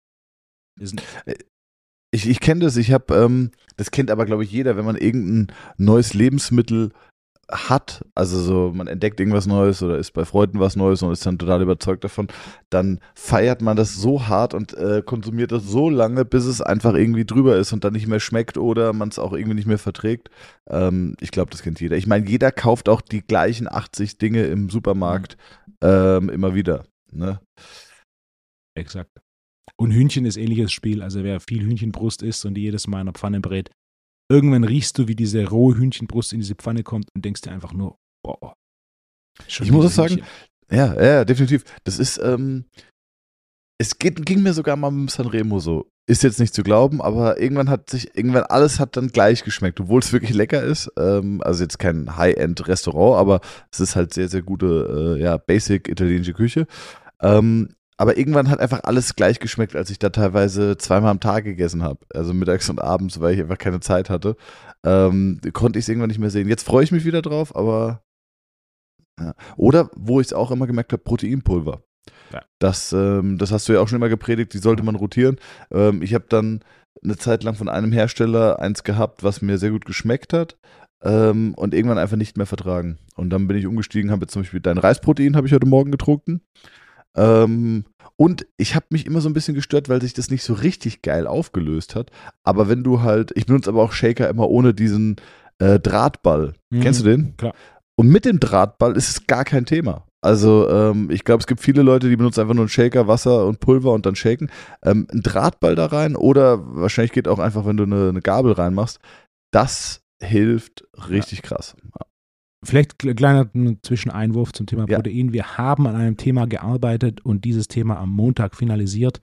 Ich kenne das, das kennt aber, glaube ich, jeder, wenn man irgendein neues Lebensmittel hat, also so, man entdeckt irgendwas Neues oder ist bei Freunden was Neues und ist dann total überzeugt davon, dann feiert man das so hart und konsumiert das so lange, bis es einfach irgendwie drüber ist und dann nicht mehr schmeckt oder man es auch irgendwie nicht mehr verträgt. Ich glaube, das kennt jeder. Ich meine, jeder kauft auch die gleichen 80 Dinge im Supermarkt immer wieder. Ne? Exakt. Und Hühnchen ist ähnliches Spiel. Also wer viel Hühnchenbrust isst und die jedes Mal in der Pfanne brät, irgendwann riechst du, wie diese rohe Hühnchenbrust in diese Pfanne kommt und denkst dir einfach nur, boah. Ich muss auch sagen, ja, definitiv. Das ist, ging mir sogar mal mit dem Sanremo so. Ist jetzt nicht zu glauben, aber irgendwann alles hat dann gleich geschmeckt, obwohl es wirklich lecker ist. Also jetzt kein High-End-Restaurant, aber es ist halt sehr, sehr gute, basic italienische Küche. Aber irgendwann hat einfach alles gleich geschmeckt, als ich da teilweise 2-mal am Tag gegessen habe. Also mittags und abends, weil ich einfach keine Zeit hatte. Konnte ich es irgendwann nicht mehr sehen. Jetzt freue ich mich wieder drauf, aber ja. Oder, wo ich es auch immer gemerkt habe, Proteinpulver. Ja. Das hast du ja auch schon immer gepredigt, die sollte man rotieren. Ich habe dann eine Zeit lang von einem Hersteller eins gehabt, was mir sehr gut geschmeckt hat. Und irgendwann einfach nicht mehr vertragen. Und dann bin ich umgestiegen, habe jetzt zum Beispiel dein Reisprotein habe ich heute Morgen getrunken. Und ich habe mich immer so ein bisschen gestört, weil sich das nicht so richtig geil aufgelöst hat. Aber wenn du halt, ich benutze aber auch Shaker immer ohne diesen Drahtball. Kennst du den? Klar. Und mit dem Drahtball ist es gar kein Thema. Also ich glaube, es gibt viele Leute, die benutzen einfach nur einen Shaker, Wasser und Pulver und dann shaken. Ein Drahtball da rein oder wahrscheinlich geht auch einfach, wenn du eine Gabel reinmachst. Das hilft richtig krass. Ja. Vielleicht ein kleiner Zwischeneinwurf zum Thema Protein. Wir haben an einem Thema gearbeitet und dieses Thema am Montag finalisiert.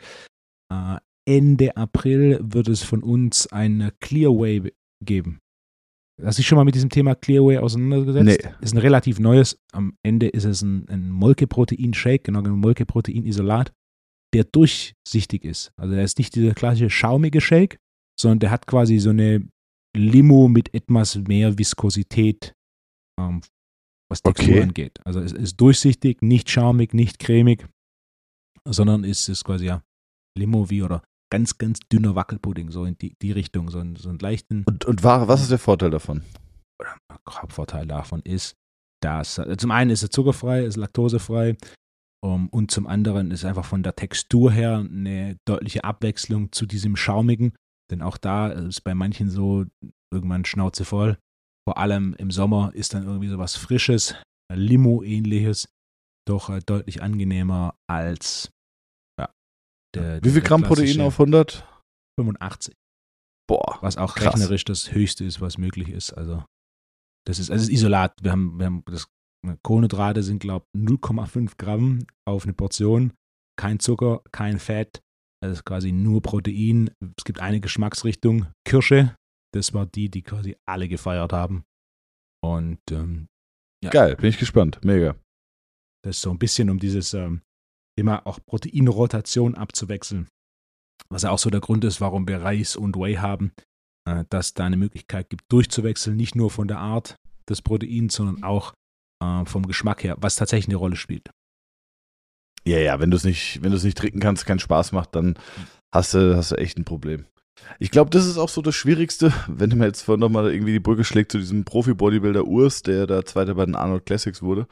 Ende April wird es von uns eine Clearway geben. Hast du dich schon mal mit diesem Thema Clearway auseinandergesetzt? Nee. Ist ein relativ neues. Am Ende ist es ein Molkeprotein-Shake, genau ein Molkeprotein-Isolat, der durchsichtig ist. Also der ist nicht dieser klassische schaumige Shake, sondern der hat quasi so eine Limo mit etwas mehr Viskosität, was Textur angeht. Also es ist durchsichtig, nicht schaumig, nicht cremig, sondern es ist quasi Limo wie oder ganz, ganz dünner Wackelpudding, so in die Richtung, so einen leichten. Und was ist der Vorteil davon? Hauptvorteil davon ist, dass zum einen ist er zuckerfrei, ist laktosefrei und zum anderen ist einfach von der Textur her eine deutliche Abwechslung zu diesem Schaumigen, denn auch da ist bei manchen so irgendwann Schnauze voll. Vor allem im Sommer ist dann irgendwie so was Frisches, Limo-ähnliches, doch deutlich angenehmer als wie viel Gramm Protein auf 100? 85. Boah. Was auch krass. Rechnerisch das Höchste ist, was möglich ist. Also das ist Isolat. Wir haben das Kohlenhydrate sind, glaube ich, 0,5 Gramm auf eine Portion. Kein Zucker, kein Fett. Das ist quasi nur Protein. Es gibt eine Geschmacksrichtung, Kirsche. Das war die quasi alle gefeiert haben. Und geil, bin ich gespannt. Mega. Das ist so ein bisschen um dieses Thema auch Proteinrotation abzuwechseln. Was ja auch so der Grund ist, warum wir Reis und Whey haben, dass da eine Möglichkeit gibt, durchzuwechseln, nicht nur von der Art des Proteins, sondern auch vom Geschmack her, was tatsächlich eine Rolle spielt. Ja, wenn du es nicht trinken kannst, keinen Spaß macht, dann hast du echt ein Problem. Ich glaube, das ist auch so das Schwierigste, wenn du mir jetzt vorhin nochmal irgendwie die Brücke schlägt zu diesem Profi-Bodybuilder Urs, der da Zweiter bei den Arnold Classics wurde.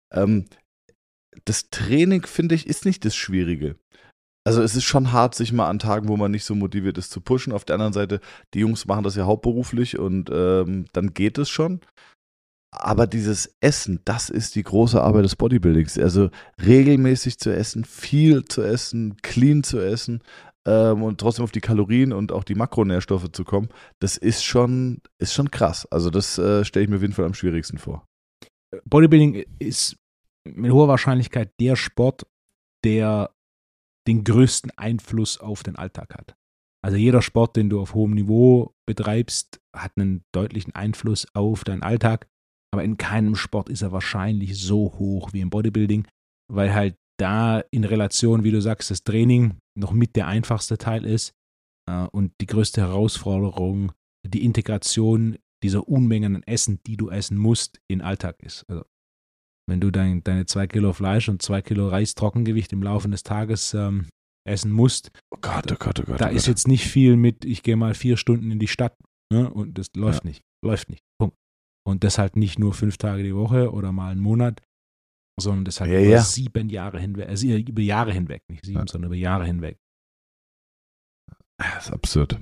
Das Training, finde ich, ist nicht das Schwierige. Also es ist schon hart, sich mal an Tagen, wo man nicht so motiviert ist, zu pushen. Auf der anderen Seite, die Jungs machen das ja hauptberuflich und dann geht es schon. Aber dieses Essen, das ist die große Arbeit des Bodybuildings. Also regelmäßig zu essen, viel zu essen, clean zu essen und trotzdem auf die Kalorien und auch die Makronährstoffe zu kommen, das ist schon krass. Also das stelle ich mir auf jeden Fall am schwierigsten vor. Bodybuilding ist mit hoher Wahrscheinlichkeit der Sport, der den größten Einfluss auf den Alltag hat. Also jeder Sport, den du auf hohem Niveau betreibst, hat einen deutlichen Einfluss auf deinen Alltag. Aber in keinem Sport ist er wahrscheinlich so hoch wie im Bodybuilding, weil halt da in Relation, wie du sagst, das Training noch mit der einfachste Teil ist und die größte Herausforderung die Integration dieser Unmengen an Essen, die du essen musst, in den Alltag ist. Also wenn du deine 2 Kilo Fleisch und 2 Kilo Reis-Trockengewicht im Laufe des Tages essen musst, Oh Gott, oh Gott, oh Gott. da ist jetzt nicht viel mit, ich gehe mal 4 Stunden in die Stadt, ne, und das läuft nicht. Punkt. Und das halt nicht nur 5 Tage die Woche oder mal einen Monat, sondern das halt über 7 Jahre hinweg, also über Jahre hinweg, nicht 7, sondern über Jahre hinweg. Das ist absurd.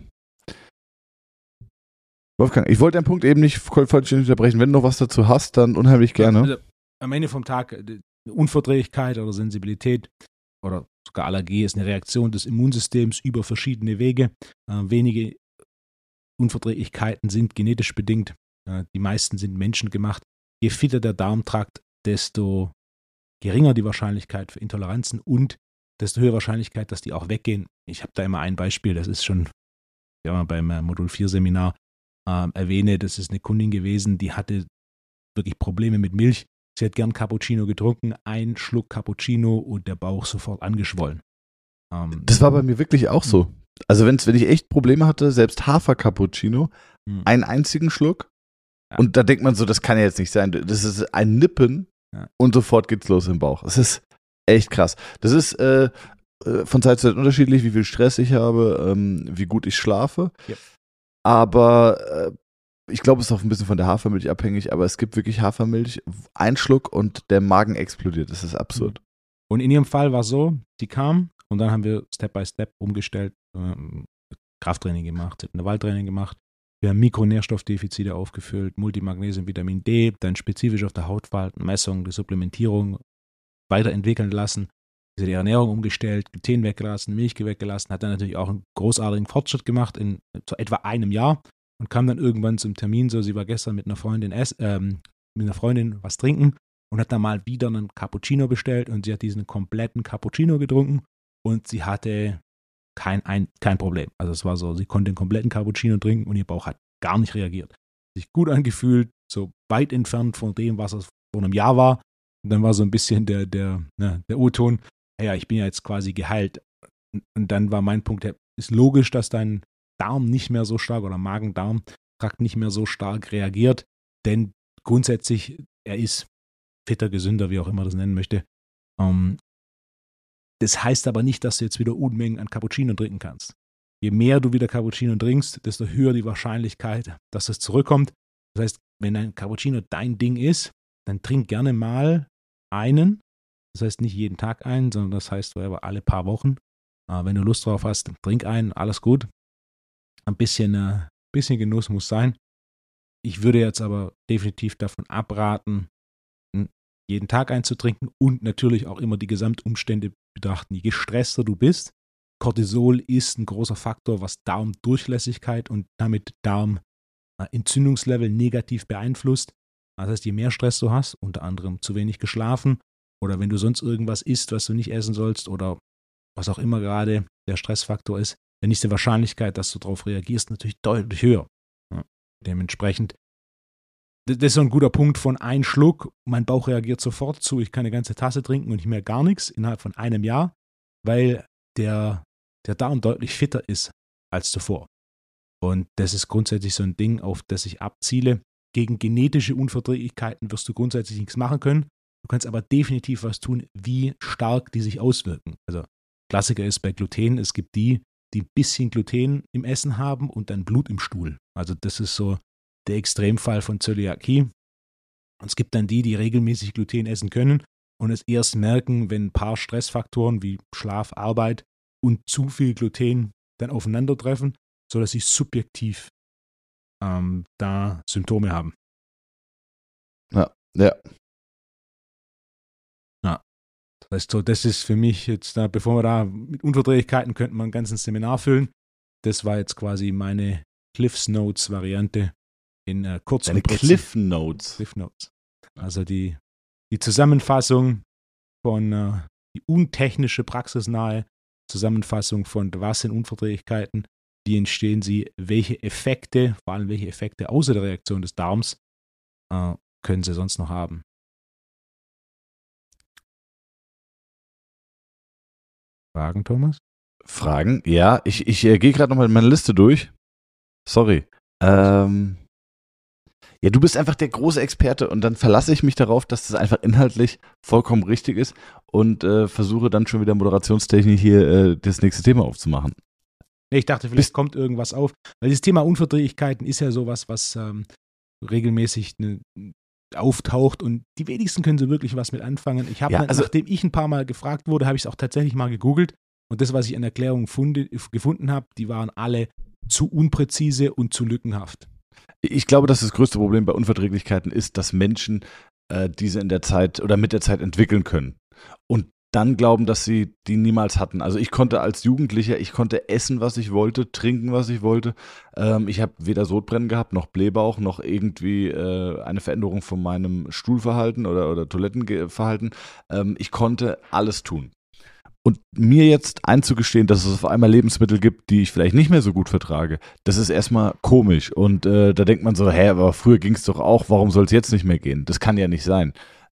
Wolfgang, ich wollte deinen Punkt eben nicht vollständig unterbrechen. Wenn du noch was dazu hast, dann unheimlich gerne. Also, am Ende vom Tag, eine Unverträglichkeit oder Sensibilität oder sogar Allergie ist eine Reaktion des Immunsystems über verschiedene Wege. Wenige Unverträglichkeiten sind genetisch bedingt. Die meisten sind menschengemacht. Je fitter der Darmtrakt, desto geringer die Wahrscheinlichkeit für Intoleranzen und desto höhere Wahrscheinlichkeit, dass die auch weggehen. Ich habe da immer ein Beispiel, das ist schon beim Modul 4 Seminar erwähne, das ist eine Kundin gewesen, die hatte wirklich Probleme mit Milch. Sie hat gern Cappuccino getrunken, ein Schluck Cappuccino und der Bauch sofort angeschwollen. Das war bei mir wirklich auch so. Also wenn ich echt Probleme hatte, selbst Hafer-Cappuccino, einen einzigen Schluck, und da denkt man so, das kann ja jetzt nicht sein. Das ist ein Nippen und sofort geht's los im Bauch. Das ist echt krass. Das ist von Zeit zu Zeit unterschiedlich, wie viel Stress ich habe, wie gut ich schlafe. Ja. Aber ich glaube, es ist auch ein bisschen von der Hafermilch abhängig, aber es gibt wirklich Hafermilch, ein Schluck und der Magen explodiert. Das ist absurd. Und in ihrem Fall war es so, sie kam und dann haben wir Step by Step umgestellt, Krafttraining gemacht, Intervalltraining gemacht. Wir haben Mikronährstoffdefizite aufgefüllt, Multimagnesium, Vitamin D, dann spezifisch auf der Hautfalten, Messung, die Supplementierung weiterentwickeln lassen. Sie hat die Ernährung umgestellt, Gluten weggelassen, Milch weggelassen, hat dann natürlich auch einen großartigen Fortschritt gemacht in so etwa einem Jahr und kam dann irgendwann zum Termin, so sie war gestern mit einer Freundin was trinken und hat dann mal wieder einen Cappuccino bestellt und sie hat diesen kompletten Cappuccino getrunken und sie hatte kein Problem. Also es war so, sie konnte den kompletten Cappuccino trinken und ihr Bauch hat gar nicht reagiert. Sich gut angefühlt, so weit entfernt von dem, was es vor einem Jahr war. Und dann war so ein bisschen der O-Ton, ja, ich bin ja jetzt quasi geheilt. Und dann war mein Punkt, ist logisch, dass dein Darm nicht mehr so stark oder Magen-Darm-Trakt nicht mehr so stark reagiert, denn grundsätzlich, er ist fitter, gesünder, wie auch immer das nennen möchte. Das heißt aber nicht, dass du jetzt wieder Unmengen an Cappuccino trinken kannst. Je mehr du wieder Cappuccino trinkst, desto höher die Wahrscheinlichkeit, dass es zurückkommt. Das heißt, wenn ein Cappuccino dein Ding ist, dann trink gerne mal einen. Das heißt nicht jeden Tag einen, sondern das heißt alle paar Wochen. Wenn du Lust drauf hast, trink einen, alles gut. Ein bisschen Genuss muss sein. Ich würde jetzt aber definitiv davon abraten, jeden Tag einzutrinken und natürlich auch immer die Gesamtumstände betrachten. Je gestresster du bist, Cortisol ist ein großer Faktor, was Darmdurchlässigkeit und damit Darmentzündungslevel negativ beeinflusst. Das heißt, je mehr Stress du hast, unter anderem zu wenig geschlafen oder wenn du sonst irgendwas isst, was du nicht essen sollst oder was auch immer gerade der Stressfaktor ist, dann ist die Wahrscheinlichkeit, dass du darauf reagierst, natürlich deutlich höher. Ja, dementsprechend, das ist so ein guter Punkt von ein Schluck, mein Bauch reagiert sofort zu, ich kann eine ganze Tasse trinken und ich merke gar nichts innerhalb von einem Jahr, weil der Darm deutlich fitter ist als zuvor. Und das ist grundsätzlich so ein Ding, auf das ich abziele. gegen genetische Unverträglichkeiten wirst du grundsätzlich nichts machen können. Du kannst aber definitiv was tun, wie stark die sich auswirken. Also Klassiker ist bei Gluten, es gibt die ein bisschen Gluten im Essen haben und dann Blut im Stuhl. Also das ist so der Extremfall von Zöliakie. Und es gibt dann die regelmäßig Gluten essen können und es erst merken, wenn ein paar Stressfaktoren wie Schlaf, Arbeit und zu viel Gluten dann aufeinandertreffen, sodass sie subjektiv da Symptome haben. Ja. Das heißt so, das ist für mich jetzt da, bevor wir da mit Unverträglichkeiten könnten wir ein ganzes Seminar füllen. Das war jetzt quasi meine Cliffs Notes Variante in kurz Deine und präzise. Cliff Notes. Cliff Notes. Also die Zusammenfassung von die untechnische, praxisnahe Zusammenfassung von was sind Unverträglichkeiten, wie entstehen sie, welche Effekte, vor allem welche Effekte außer der Reaktion des Darms können sie sonst noch haben. Fragen, Thomas? Fragen? Ja, ich gehe gerade nochmal meine Liste durch. Sorry. Ja, du bist einfach der große Experte und dann verlasse ich mich darauf, dass das einfach inhaltlich vollkommen richtig ist und versuche dann schon wieder moderationstechnisch hier das nächste Thema aufzumachen. Nee, ich dachte, vielleicht kommt irgendwas auf. Weil das Thema Unverträglichkeiten ist ja sowas, was regelmäßig auftaucht und die wenigsten können so wirklich was mit anfangen. Ich habe, nachdem ich ein paar Mal gefragt wurde, habe ich es auch tatsächlich mal gegoogelt und das, was ich an Erklärungen gefunden habe, die waren alle zu unpräzise und zu lückenhaft. Ich glaube, dass das größte Problem bei Unverträglichkeiten ist, dass Menschen diese in der Zeit oder mit der Zeit entwickeln können und dann glauben, dass sie die niemals hatten. Also ich konnte als Jugendlicher, essen, was ich wollte, trinken, was ich wollte. Ich habe weder Sodbrennen gehabt, noch Blähbauch, noch irgendwie eine Veränderung von meinem Stuhlverhalten oder Toilettenverhalten. Ich konnte alles tun. Und mir jetzt einzugestehen, dass es auf einmal Lebensmittel gibt, die ich vielleicht nicht mehr so gut vertrage, das ist erstmal komisch. Und da denkt man so, aber früher ging es doch auch, warum soll es jetzt nicht mehr gehen? Das kann ja nicht sein.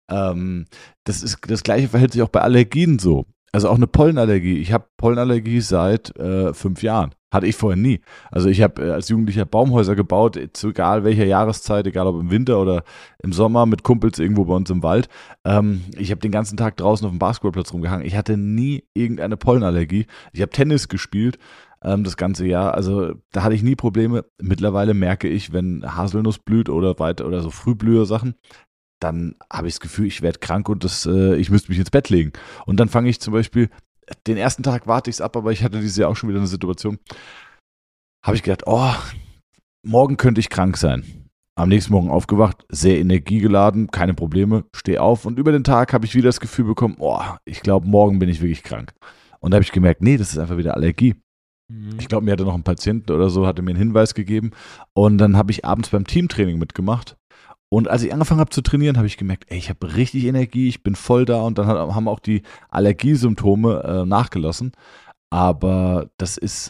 Das Gleiche verhält sich auch bei Allergien so. Also auch eine Pollenallergie. Ich habe Pollenallergie seit 5 Jahren. Hatte ich vorher nie. Also ich habe als Jugendlicher Baumhäuser gebaut, zu egal welcher Jahreszeit, egal ob im Winter oder im Sommer mit Kumpels irgendwo bei uns im Wald. Ich habe den ganzen Tag draußen auf dem Basketballplatz rumgehangen. Ich hatte nie irgendeine Pollenallergie. Ich habe Tennis gespielt das ganze Jahr. Also da hatte ich nie Probleme. Mittlerweile merke ich, wenn Haselnuss blüht oder so Frühblüher-Sachen, dann habe ich das Gefühl, ich werde krank und ich müsste mich ins Bett legen. Und dann fange ich zum Beispiel, den ersten Tag warte ich es ab, aber ich hatte dieses Jahr auch schon wieder eine Situation, habe ich gedacht, morgen könnte ich krank sein. Am nächsten Morgen aufgewacht, sehr energiegeladen, keine Probleme, stehe auf und über den Tag habe ich wieder das Gefühl bekommen, ich glaube, morgen bin ich wirklich krank. Und da habe ich gemerkt, nee, das ist einfach wieder Allergie. Ich glaube, mir hatte noch ein Patient oder so, hatte mir einen Hinweis gegeben und dann habe ich abends beim Teamtraining mitgemacht. Und als ich angefangen habe zu trainieren, habe ich gemerkt, ich habe richtig Energie, ich bin voll da und dann haben auch die Allergiesymptome nachgelassen. Aber das ist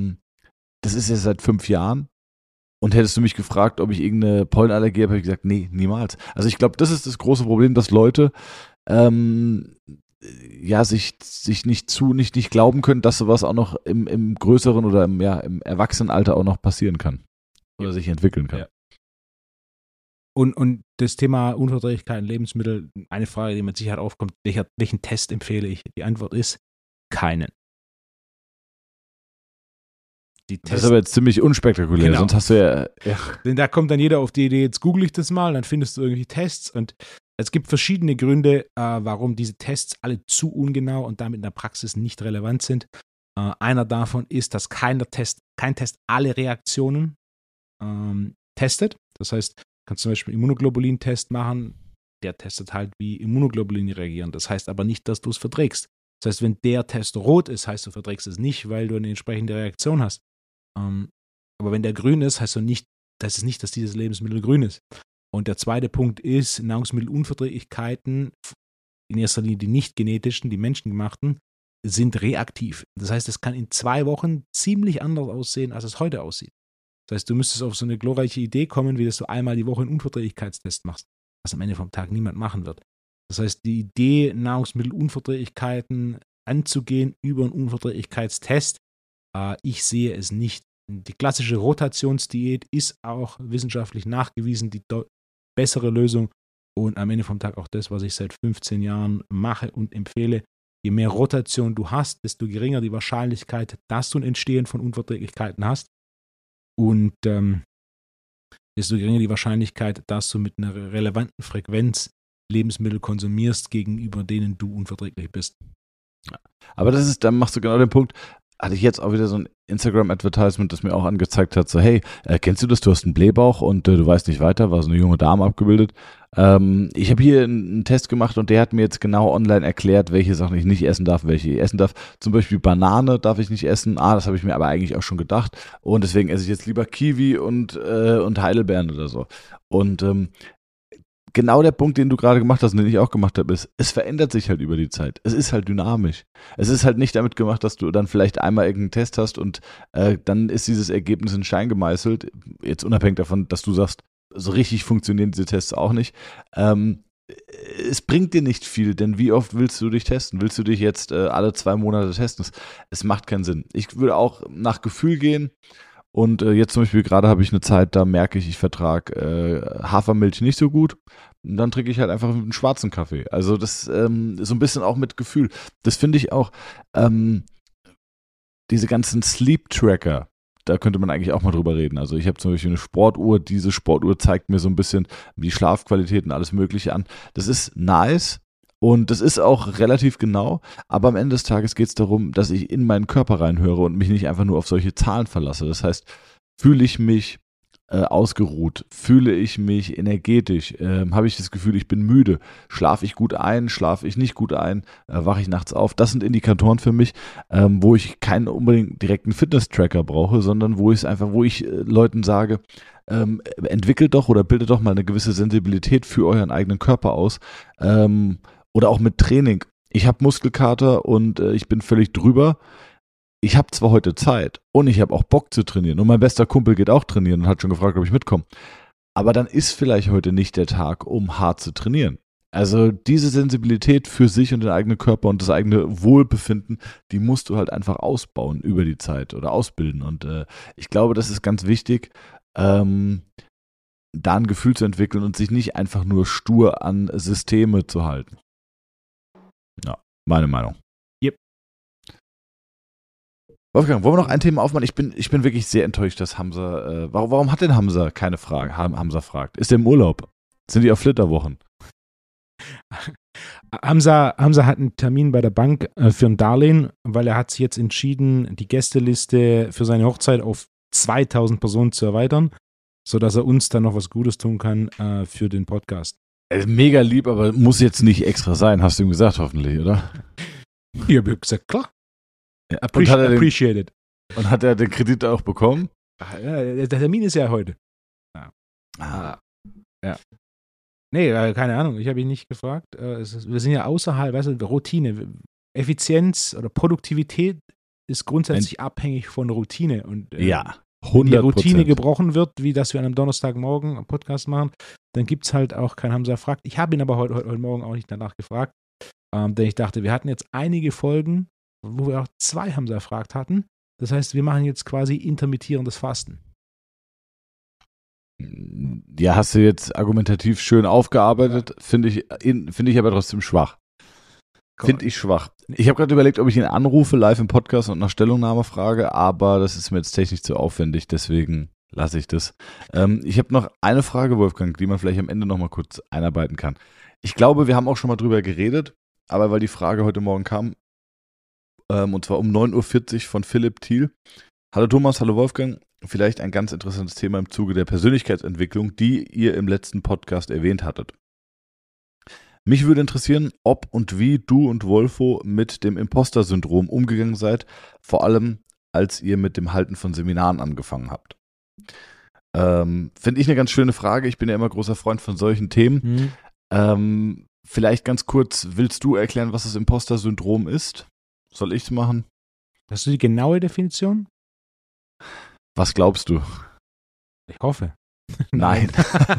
ja seit 5 Jahren. Und hättest du mich gefragt, ob ich irgendeine Pollenallergie habe, habe ich gesagt, nee, niemals. Also ich glaube, das ist das große Problem, dass Leute sich nicht glauben können, dass sowas auch noch im größeren oder im Erwachsenenalter auch noch passieren kann. Oder sich entwickeln kann. Ja. Und das Thema Unverträglichkeit in Lebensmitteln, eine Frage, die mit Sicherheit aufkommt, welchen Test empfehle ich? Die Antwort ist keinen. Das ist aber jetzt ziemlich unspektakulär, genau. Sonst hast du ja. Denn da kommt dann jeder auf die Idee, jetzt google ich das mal, dann findest du irgendwie Tests und es gibt verschiedene Gründe, warum diese Tests alle zu ungenau und damit in der Praxis nicht relevant sind. Einer davon ist, dass kein Test alle Reaktionen testet. Das heißt, du kannst zum Beispiel einen Immunoglobulin-Test machen, der testet halt, wie Immunoglobuline reagieren. Das heißt aber nicht, dass du es verträgst. Das heißt, wenn der Test rot ist, heißt du verträgst es nicht, weil du eine entsprechende Reaktion hast. Aber wenn der grün ist, heißt das nicht, dass dieses Lebensmittel grün ist. Und der zweite Punkt ist, Nahrungsmittelunverträglichkeiten, in erster Linie die nicht genetischen, die menschengemachten, sind reaktiv. Das heißt, es kann in 2 Wochen ziemlich anders aussehen, als es heute aussieht. Das heißt, du müsstest auf so eine glorreiche Idee kommen, wie dass du einmal die Woche einen Unverträglichkeitstest machst, was am Ende vom Tag niemand machen wird. Das heißt, die Idee, Nahrungsmittelunverträglichkeiten anzugehen über einen Unverträglichkeitstest, ich sehe es nicht die klassische Rotationsdiät ist auch wissenschaftlich nachgewiesen die bessere Lösung und am Ende vom Tag auch das, was ich seit 15 Jahren mache und empfehle. Je mehr Rotation du hast, desto geringer die Wahrscheinlichkeit, dass du ein Entstehen von Unverträglichkeiten hast und desto geringer die Wahrscheinlichkeit, dass du mit einer relevanten Frequenz Lebensmittel konsumierst, gegenüber denen du unverträglich bist. Aber dann machst du genau den Punkt. Hatte ich jetzt auch wieder so ein Instagram-Advertisement, das mir auch angezeigt hat, so hey, kennst du das, du hast einen Blähbauch und du weißt nicht weiter, war so eine junge Dame abgebildet. Ich habe hier einen Test gemacht und der hat mir jetzt genau online erklärt, welche Sachen ich nicht essen darf, welche ich essen darf. Zum Beispiel Banane darf ich nicht essen. Das habe ich mir aber eigentlich auch schon gedacht und deswegen esse ich jetzt lieber Kiwi und Heidelbeeren oder so. Und genau der Punkt, den du gerade gemacht hast und den ich auch gemacht habe, ist, es verändert sich halt über die Zeit. Es ist halt dynamisch. Es ist halt nicht damit gemacht, dass du dann vielleicht einmal irgendeinen Test hast und dann ist dieses Ergebnis in Stein gemeißelt. Jetzt unabhängig davon, dass du sagst, so richtig funktionieren diese Tests auch nicht. Es bringt dir nicht viel, denn wie oft willst du dich testen? Willst du dich jetzt alle 2 Monate testen? Es macht keinen Sinn. Ich würde auch nach Gefühl gehen. Und jetzt zum Beispiel gerade habe ich eine Zeit, da merke ich vertrage Hafermilch nicht so gut. Und dann trinke ich halt einfach einen schwarzen Kaffee. Also das so ein bisschen auch mit Gefühl. Das finde ich auch, diese ganzen Sleep-Tracker, da könnte man eigentlich auch mal drüber reden. Also ich habe zum Beispiel eine Sportuhr, diese Sportuhr zeigt mir so ein bisschen die Schlafqualität und alles Mögliche an. Das ist nice. Und das ist auch relativ genau, aber am Ende des Tages geht es darum, dass ich in meinen Körper reinhöre und mich nicht einfach nur auf solche Zahlen verlasse. Das heißt, fühle ich mich ausgeruht, fühle ich mich energetisch, habe ich das Gefühl, ich bin müde, schlafe ich gut ein, schlafe ich nicht gut ein, wache ich nachts auf. Das sind Indikatoren für mich, wo ich keinen unbedingt direkten Fitness-Tracker brauche, sondern wo ich Leuten sage, entwickelt doch oder bildet doch mal eine gewisse Sensibilität für euren eigenen Körper aus. Oder auch mit Training. Ich habe Muskelkater und ich bin völlig drüber. Ich habe zwar heute Zeit und ich habe auch Bock zu trainieren und mein bester Kumpel geht auch trainieren und hat schon gefragt, ob ich mitkomme. Aber dann ist vielleicht heute nicht der Tag, um hart zu trainieren. Also diese Sensibilität für sich und den eigenen Körper und das eigene Wohlbefinden, die musst du halt einfach ausbauen über die Zeit oder ausbilden. Und ich glaube, das ist ganz wichtig, da ein Gefühl zu entwickeln und sich nicht einfach nur stur an Systeme zu halten. Ja, meine Meinung. Yep. Wolfgang, wollen wir noch ein Thema aufmachen? Ich bin wirklich sehr enttäuscht, dass Hamza, warum hat denn Hamza keine Frage? Hamza fragt. Ist er im Urlaub? Sind die auf Flitterwochen? Hamza hat einen Termin bei der Bank für ein Darlehen, weil er hat sich jetzt entschieden, die Gästeliste für seine Hochzeit auf 2000 Personen zu erweitern, sodass er uns dann noch was Gutes tun kann für den Podcast. Mega lieb, aber muss jetzt nicht extra sein, hast du ihm gesagt, hoffentlich, oder? Ich habe gesagt, klar. Ja. Appreciated. Und hat er den Kredit auch bekommen? Ja, der Termin ist ja heute. Ja. Ja. Nee, keine Ahnung, ich habe ihn nicht gefragt. Wir sind ja außerhalb, weißt du, Routine. Effizienz oder Produktivität ist grundsätzlich abhängig von Routine. Und ja, 100%. Wenn die Routine gebrochen wird, wie dass wir an einem Donnerstagmorgen einen Podcast machen, dann gibt es halt auch kein Hamza fragt. Ich habe ihn aber heute Morgen auch nicht danach gefragt, denn ich dachte, wir hatten jetzt einige Folgen, wo wir auch 2 Hamza fragt hatten. Das heißt, wir machen jetzt quasi intermittierendes Fasten. Ja, hast du jetzt argumentativ schön aufgearbeitet, finde ich aber trotzdem schwach. Finde ich schwach. Ich habe gerade überlegt, ob ich ihn anrufe, live im Podcast und nach Stellungnahme frage, aber das ist mir jetzt technisch zu aufwendig, deswegen lasse ich das. Ich habe noch eine Frage, Wolfgang, die man vielleicht am Ende noch mal kurz einarbeiten kann. Ich glaube, wir haben auch schon mal drüber geredet, aber weil die Frage heute Morgen kam, und zwar um 9.40 Uhr von Philipp Thiel. Hallo Thomas, hallo Wolfgang. Vielleicht ein ganz interessantes Thema im Zuge der Persönlichkeitsentwicklung, die ihr im letzten Podcast erwähnt hattet. Mich würde interessieren, ob und wie du und Wolfo mit dem Imposter-Syndrom umgegangen seid, vor allem als ihr mit dem Halten von Seminaren angefangen habt. Finde ich eine ganz schöne Frage. Ich bin ja immer großer Freund von solchen Themen. Vielleicht ganz kurz, willst du erklären, was das Imposter-Syndrom ist? Soll ich es machen? Hast du die genaue Definition? Was glaubst du? Ich hoffe. Nein.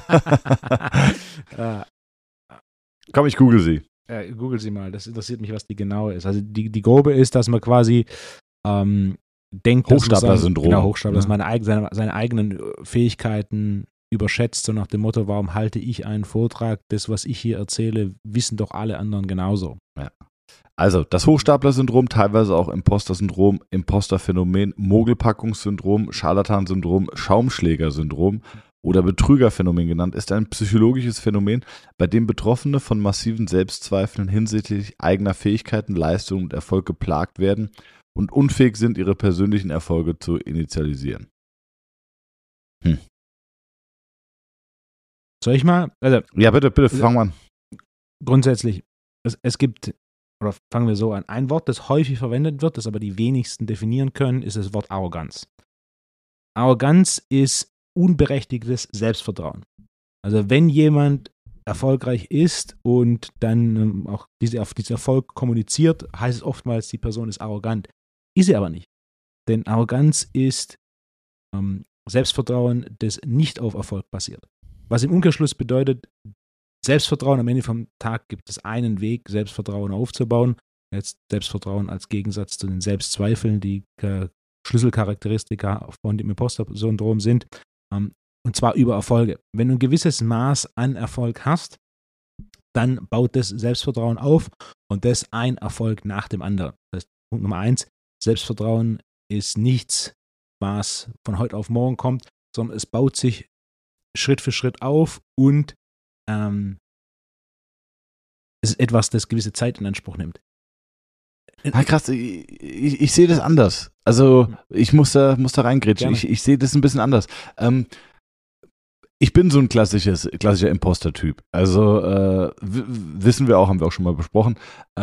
Komm, ich google sie. Google sie mal. Das interessiert mich, was die genaue ist. Also die grobe ist, dass man quasi denkt, dass Hochstapler-Syndrom. Genau, Hochstapler, Ja. dass seine eigenen Fähigkeiten überschätzt, so nach dem Motto, warum halte ich einen Vortrag, das, was ich hier erzähle, wissen doch alle anderen genauso. Ja. Also das Hochstapler-Syndrom, teilweise auch Imposter-Syndrom, Imposter-Phänomen, Mogelpackungssyndrom, Scharlatan-Syndrom, Schaumschläger-Syndrom oder Betrügerphänomen genannt, ist ein psychologisches Phänomen, bei dem Betroffene von massiven Selbstzweifeln hinsichtlich eigener Fähigkeiten, Leistung und Erfolg geplagt werden und unfähig sind, ihre persönlichen Erfolge zu initialisieren. Soll ich mal? Also, Ja, bitte, fang mal an. grundsätzlich, es gibt, oder fangen wir so an, ein Wort, das häufig verwendet wird, das aber die wenigsten definieren können, ist das Wort Arroganz. Arroganz ist unberechtigtes Selbstvertrauen. Also wenn jemand erfolgreich ist und dann auch auf diesen Erfolg kommuniziert, heißt es oftmals, die Person ist arrogant. Ist sie aber nicht. Denn Arroganz ist Selbstvertrauen, das nicht auf Erfolg basiert. Was im Umkehrschluss bedeutet, Selbstvertrauen am Ende vom Tag gibt es einen Weg, Selbstvertrauen aufzubauen. Jetzt Selbstvertrauen als Gegensatz zu den Selbstzweifeln, die Schlüsselcharakteristika von dem Imposter-Syndrom sind. Und zwar über Erfolge. Wenn du ein gewisses Maß an Erfolg hast, dann baut das Selbstvertrauen auf und das ein Erfolg nach dem anderen. Das heißt, Punkt Nummer 1, Selbstvertrauen ist nichts, was von heute auf morgen kommt, sondern es baut sich Schritt für Schritt auf und es ist etwas, das gewisse Zeit in Anspruch nimmt. Ah, krass, ich sehe das anders. Also ich muss da reingrätschen. Ich sehe das ein bisschen anders. Ich bin so ein klassischer Imposter-Typ. Also wissen wir auch, haben wir auch schon mal besprochen.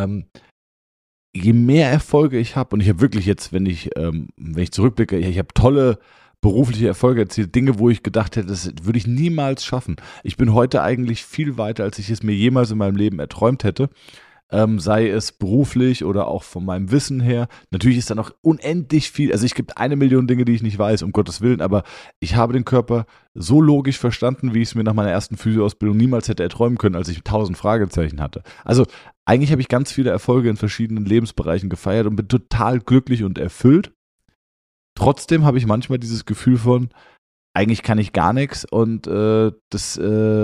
Je mehr Erfolge ich habe, und ich habe wirklich jetzt, wenn ich zurückblicke, ich habe tolle berufliche Erfolge erzielt, Dinge, wo ich gedacht hätte, das würde ich niemals schaffen. Ich bin heute eigentlich viel weiter, als ich es mir jemals in meinem Leben erträumt hätte. Sei es beruflich oder auch von meinem Wissen her. Natürlich ist da noch unendlich viel, also es gibt 1 Million Dinge, die ich nicht weiß, um Gottes Willen, aber ich habe den Körper so logisch verstanden, wie ich es mir nach meiner ersten Physio-Ausbildung niemals hätte erträumen können, als ich 1000 Fragezeichen hatte. Also eigentlich habe ich ganz viele Erfolge in verschiedenen Lebensbereichen gefeiert und bin total glücklich und erfüllt. Trotzdem habe ich manchmal dieses Gefühl von, eigentlich kann ich gar nichts und das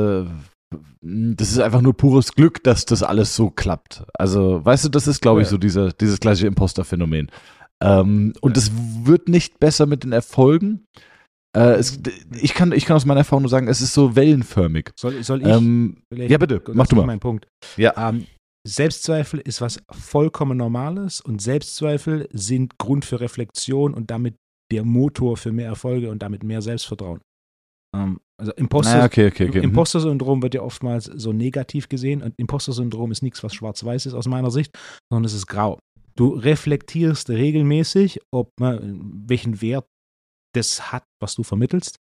ist einfach nur pures Glück, dass das alles so klappt. Also, weißt du, das ist, glaube ich, so dieses klassische Imposter-Phänomen. Und es wird nicht besser mit den Erfolgen. Ich kann aus meiner Erfahrung nur sagen, es ist so wellenförmig. Soll ich? Ja, bitte, mach du mal. Mein Punkt. Ja. Selbstzweifel ist was vollkommen Normales und Selbstzweifel sind Grund für Reflexion und damit der Motor für mehr Erfolge und damit mehr Selbstvertrauen. Also Imposter-Syndrom wird ja oftmals so negativ gesehen und Imposter-Syndrom ist nichts, was schwarz-weiß ist aus meiner Sicht, sondern es ist grau. Du reflektierst regelmäßig, welchen Wert das hat, was du vermittelst.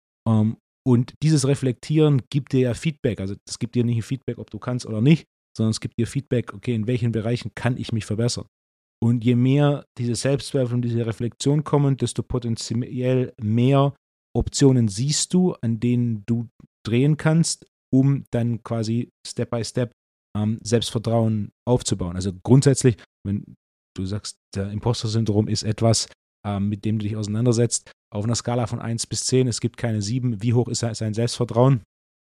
Und dieses Reflektieren gibt dir ja Feedback. Also es gibt dir nicht ein Feedback, ob du kannst oder nicht, sondern es gibt dir Feedback, okay, in welchen Bereichen kann ich mich verbessern. Und je mehr diese Selbstzweifel und diese Reflexion kommen, desto potenziell mehr Optionen siehst du, an denen du drehen kannst, um dann quasi Step by Step Selbstvertrauen aufzubauen. Also grundsätzlich, wenn du sagst, der Imposter-Syndrom ist etwas, mit dem du dich auseinandersetzt, auf einer Skala von 1 bis 10, es gibt keine 7, wie hoch ist sein Selbstvertrauen?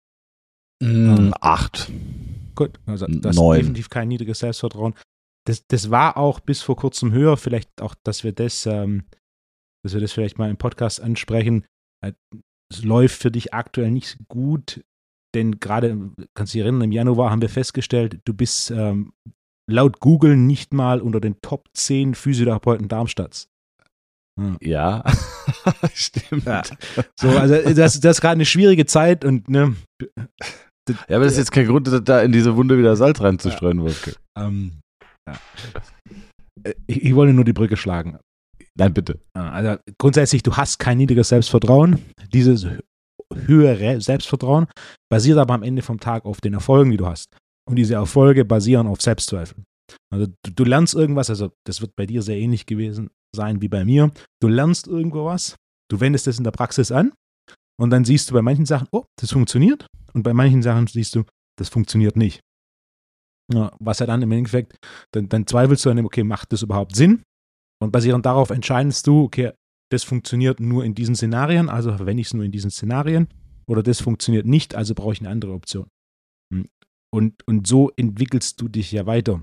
8. Gut, also das 9. ist definitiv kein niedriges Selbstvertrauen. Das war auch bis vor kurzem höher, vielleicht auch, dass wir das vielleicht mal im Podcast ansprechen. Es läuft für dich aktuell nicht gut, denn gerade, kannst du dich erinnern, im Januar haben wir festgestellt, du bist laut Google nicht mal unter den Top 10 Physiotherapeuten Darmstadts. Ja, stimmt. Ja. So, also das ist gerade eine schwierige Zeit und ne. Ja, aber das ist jetzt kein Grund, da in diese Wunde wieder Salz reinzustreuen. Ja. Ich wollte nur die Brücke schlagen. Nein, bitte. Also grundsätzlich, du hast kein niedriges Selbstvertrauen. Dieses höhere Selbstvertrauen basiert aber am Ende vom Tag auf den Erfolgen, die du hast. Und diese Erfolge basieren auf Selbstzweifel. Also du lernst irgendwas, also das wird bei dir sehr ähnlich gewesen sein wie bei mir. Du lernst irgendwo was, du wendest es in der Praxis an und dann siehst du bei manchen Sachen, oh, das funktioniert. Und bei manchen Sachen siehst du, das funktioniert nicht. Ja, was ja dann im Endeffekt, dann zweifelst du an dem, okay, macht das überhaupt Sinn? Und basierend darauf entscheidest du, okay, das funktioniert nur in diesen Szenarien, also verwende ich es nur in diesen Szenarien, oder das funktioniert nicht, also brauche ich eine andere Option. Und so entwickelst du dich ja weiter.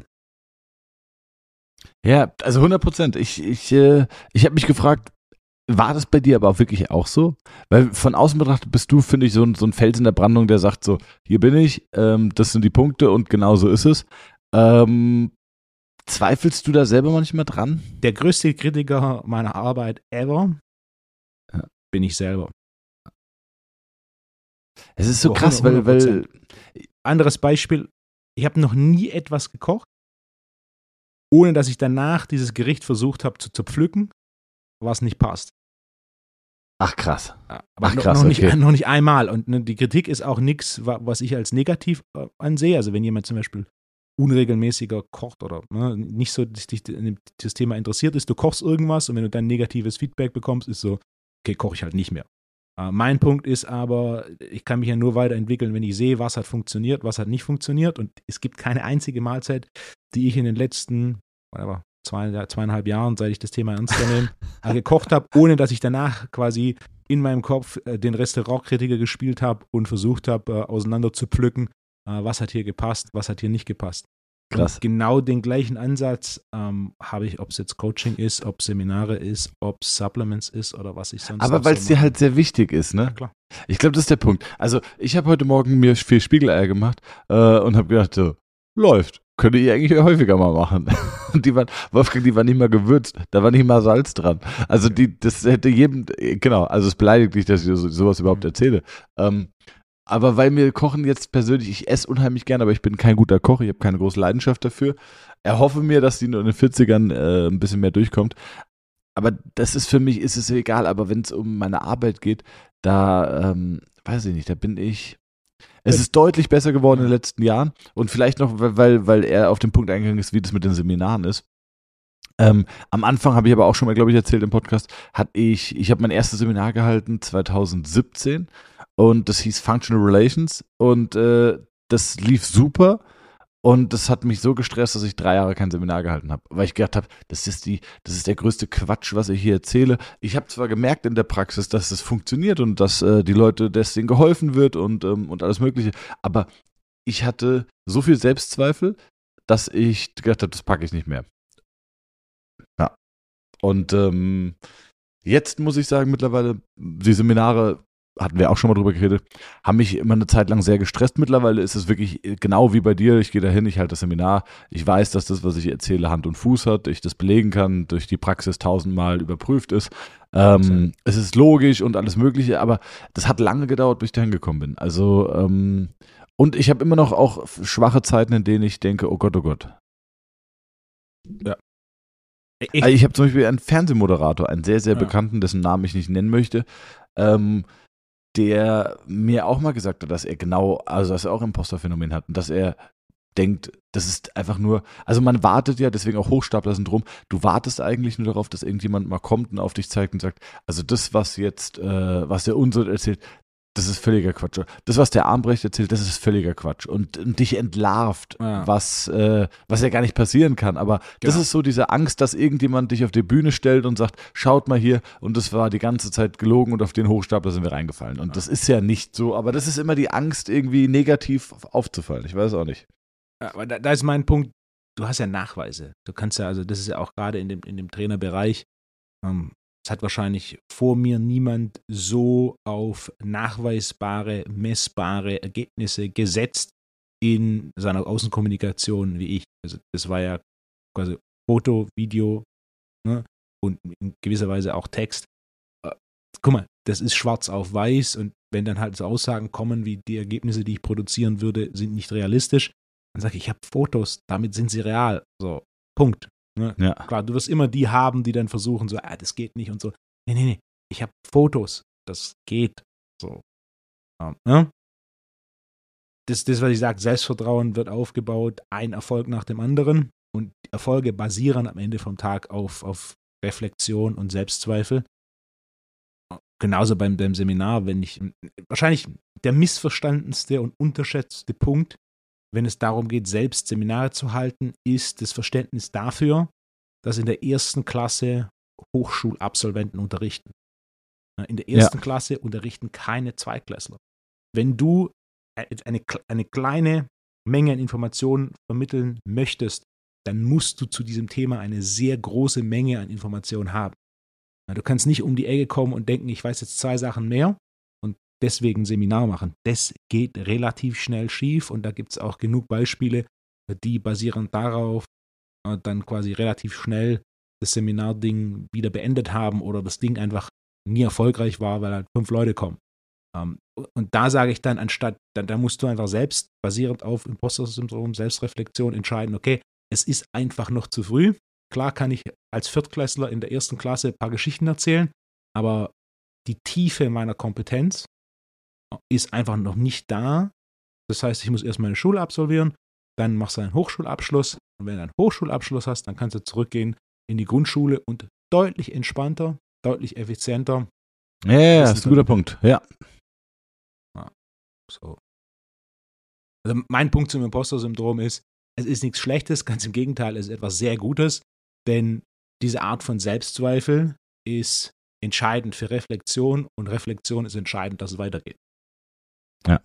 Ja, also 100%. Ich habe mich gefragt, war das bei dir aber auch wirklich auch so? Weil von außen betrachtet bist du, finde ich, so ein Fels in der Brandung, der sagt so, hier bin ich, das sind die Punkte und genau so ist es. Zweifelst du da selber manchmal dran? Der größte Kritiker meiner Arbeit ever Ja. bin ich selber. Es ist so So, krass, 100%. weil Anderes Beispiel, ich habe noch nie etwas gekocht, ohne dass ich danach dieses Gericht versucht habe zu zerpflücken, was nicht passt. ach krass. Aber Ach, krass, noch okay. nicht einmal. Und die Kritik ist auch nichts, was ich als negativ ansehe. Also wenn jemand zum Beispiel unregelmäßiger kocht oder nicht so dich das Thema interessiert ist, du kochst irgendwas und wenn du dann negatives Feedback bekommst, ist so, okay, koche ich halt nicht mehr. Mein Punkt ist aber, ich kann mich ja nur weiterentwickeln, wenn ich sehe, was hat funktioniert, was hat nicht funktioniert. Und es gibt keine einzige Mahlzeit, die ich in den letzten, whatever, 2,5 Jahren, seit ich das Thema ernster nehme, gekocht habe, ohne dass ich danach quasi in meinem Kopf den Restaurantkritiker gespielt habe und versucht habe, auseinander zu pflücken, was hat hier gepasst, was hat hier nicht gepasst. Krass. Und genau den gleichen Ansatz habe ich, ob es jetzt Coaching ist, ob Seminare ist, ob es Supplements ist oder was ich sonst Aber weil es dir halt sehr wichtig ist, ne? Ja, klar. Ich glaube, das ist der Punkt. Also ich habe heute Morgen mir 4 Spiegeleier gemacht und habe gedacht, so, läuft. Könnte ich eigentlich häufiger mal machen. Und die waren nicht mal gewürzt, da war nicht mal Salz dran. Also das hätte jedem, genau, also es beleidigt dich, dass ich sowas überhaupt erzähle. Aber weil mir Kochen jetzt persönlich, ich esse unheimlich gerne, aber ich bin kein guter Koch, ich habe keine große Leidenschaft dafür. Erhoffe mir, dass die nur in den 40ern ein bisschen mehr durchkommt. Aber das ist für mich, ist es egal, aber wenn es um meine Arbeit geht, da, weiß ich nicht, da bin ich. Es ist deutlich besser geworden in den letzten Jahren und vielleicht noch, weil er auf den Punkt eingegangen ist, wie das mit den Seminaren ist. Am Anfang habe ich aber auch schon mal, glaube ich, erzählt im Podcast, ich habe mein erstes Seminar gehalten 2017 und das hieß Functional Relations und das lief super. Und das hat mich so gestresst, dass ich 3 Jahre kein Seminar gehalten habe, weil ich gedacht habe, das ist der größte Quatsch, was ich hier erzähle. Ich habe zwar gemerkt in der Praxis, dass es funktioniert und dass die Leute, dass denen geholfen wird und alles Mögliche, aber ich hatte so viel Selbstzweifel, dass ich gedacht habe, das packe ich nicht mehr. Ja. Und jetzt muss ich sagen, mittlerweile, die Seminare, hatten wir auch schon mal drüber geredet, haben mich immer eine Zeit lang sehr gestresst. Mittlerweile ist es wirklich genau wie bei dir. Ich gehe dahin, ich halte das Seminar. Ich weiß, dass das, was ich erzähle, Hand und Fuß hat. Ich das belegen kann, durch die Praxis 1000-mal überprüft ist. Es ist logisch und alles Mögliche, aber das hat lange gedauert, bis ich dahin gekommen bin. Also, und ich habe immer noch auch schwache Zeiten, in denen ich denke, oh Gott, oh Gott. Ja. Also ich habe zum Beispiel einen Fernsehmoderator, einen sehr, sehr Ja. bekannten, dessen Namen ich nicht nennen möchte, der mir auch mal gesagt hat, dass er dass er auch Imposterphänomen hat und dass er denkt, das ist einfach nur, also man wartet ja, deswegen auch Hochstapler-Syndrom, du wartest eigentlich nur darauf, dass irgendjemand mal kommt und auf dich zeigt und sagt, also das, was der Unsinn erzählt, das ist völliger Quatsch. Das, was der Armbrecht erzählt, das ist völliger Quatsch. Und dich entlarvt, Ja. was ja gar nicht passieren kann. Aber das Genau. ist so diese Angst, dass irgendjemand dich auf die Bühne stellt und sagt, schaut mal hier, und das war die ganze Zeit gelogen und auf den Hochstapler sind wir reingefallen. Und das ist ja nicht so, aber das ist immer die Angst, irgendwie negativ aufzufallen. Ich weiß auch nicht. Ja, aber da ist mein Punkt, du hast ja Nachweise. Du kannst ja, also das ist ja auch gerade in dem Trainerbereich, es hat wahrscheinlich vor mir niemand so auf nachweisbare, messbare Ergebnisse gesetzt in seiner Außenkommunikation wie ich. Also das war ja quasi Foto, Video, ne, und in gewisser Weise auch Text. Guck mal, das ist schwarz auf weiß und wenn dann halt so Aussagen kommen, wie die Ergebnisse, die ich produzieren würde, sind nicht realistisch, dann sage ich, ich habe Fotos, damit sind sie real. So, Punkt. Ne? Ja. Klar, du wirst immer die haben, die dann versuchen, so, das geht nicht und so. Nee. Ich habe Fotos, das geht. So. Ne? Das, was ich sage, Selbstvertrauen wird aufgebaut, ein Erfolg nach dem anderen und Erfolge basieren am Ende vom Tag auf Reflexion und Selbstzweifel. Genauso beim Seminar, wahrscheinlich der missverstandenste und unterschätzte Punkt, wenn es darum geht, selbst Seminare zu halten, ist das Verständnis dafür, dass in der ersten Klasse Hochschulabsolventen unterrichten. In der ersten Klasse unterrichten keine Zweitklässler. Wenn du eine kleine Menge an Informationen vermitteln möchtest, dann musst du zu diesem Thema eine sehr große Menge an Informationen haben. Du kannst nicht um die Ecke kommen und denken, ich weiß jetzt 2 Sachen mehr und deswegen ein Seminar machen. Das geht relativ schnell schief und da gibt es auch genug Beispiele, die basierend darauf dann quasi relativ schnell das Seminarding wieder beendet haben oder das Ding einfach nie erfolgreich war, weil halt 5 Leute kommen. Und da sage ich dann, anstatt, da musst du einfach selbst, basierend auf Imposter-Syndrom, Selbstreflexion entscheiden, okay, es ist einfach noch zu früh. Klar kann ich als Viertklässler in der ersten Klasse ein paar Geschichten erzählen, aber die Tiefe meiner Kompetenz ist einfach noch nicht da. Das heißt, ich muss erst meine Schule absolvieren, dann machst du einen Hochschulabschluss und wenn du einen Hochschulabschluss hast, dann kannst du zurückgehen in die Grundschule und deutlich entspannter, deutlich effizienter. Ja, das ist ein guter Punkt, ja. So. Also mein Punkt zum Imposter-Syndrom ist, es ist nichts Schlechtes, ganz im Gegenteil, es ist etwas sehr Gutes, denn diese Art von Selbstzweifel ist entscheidend für Reflexion und Reflexion ist entscheidend, dass es weitergeht. Ja.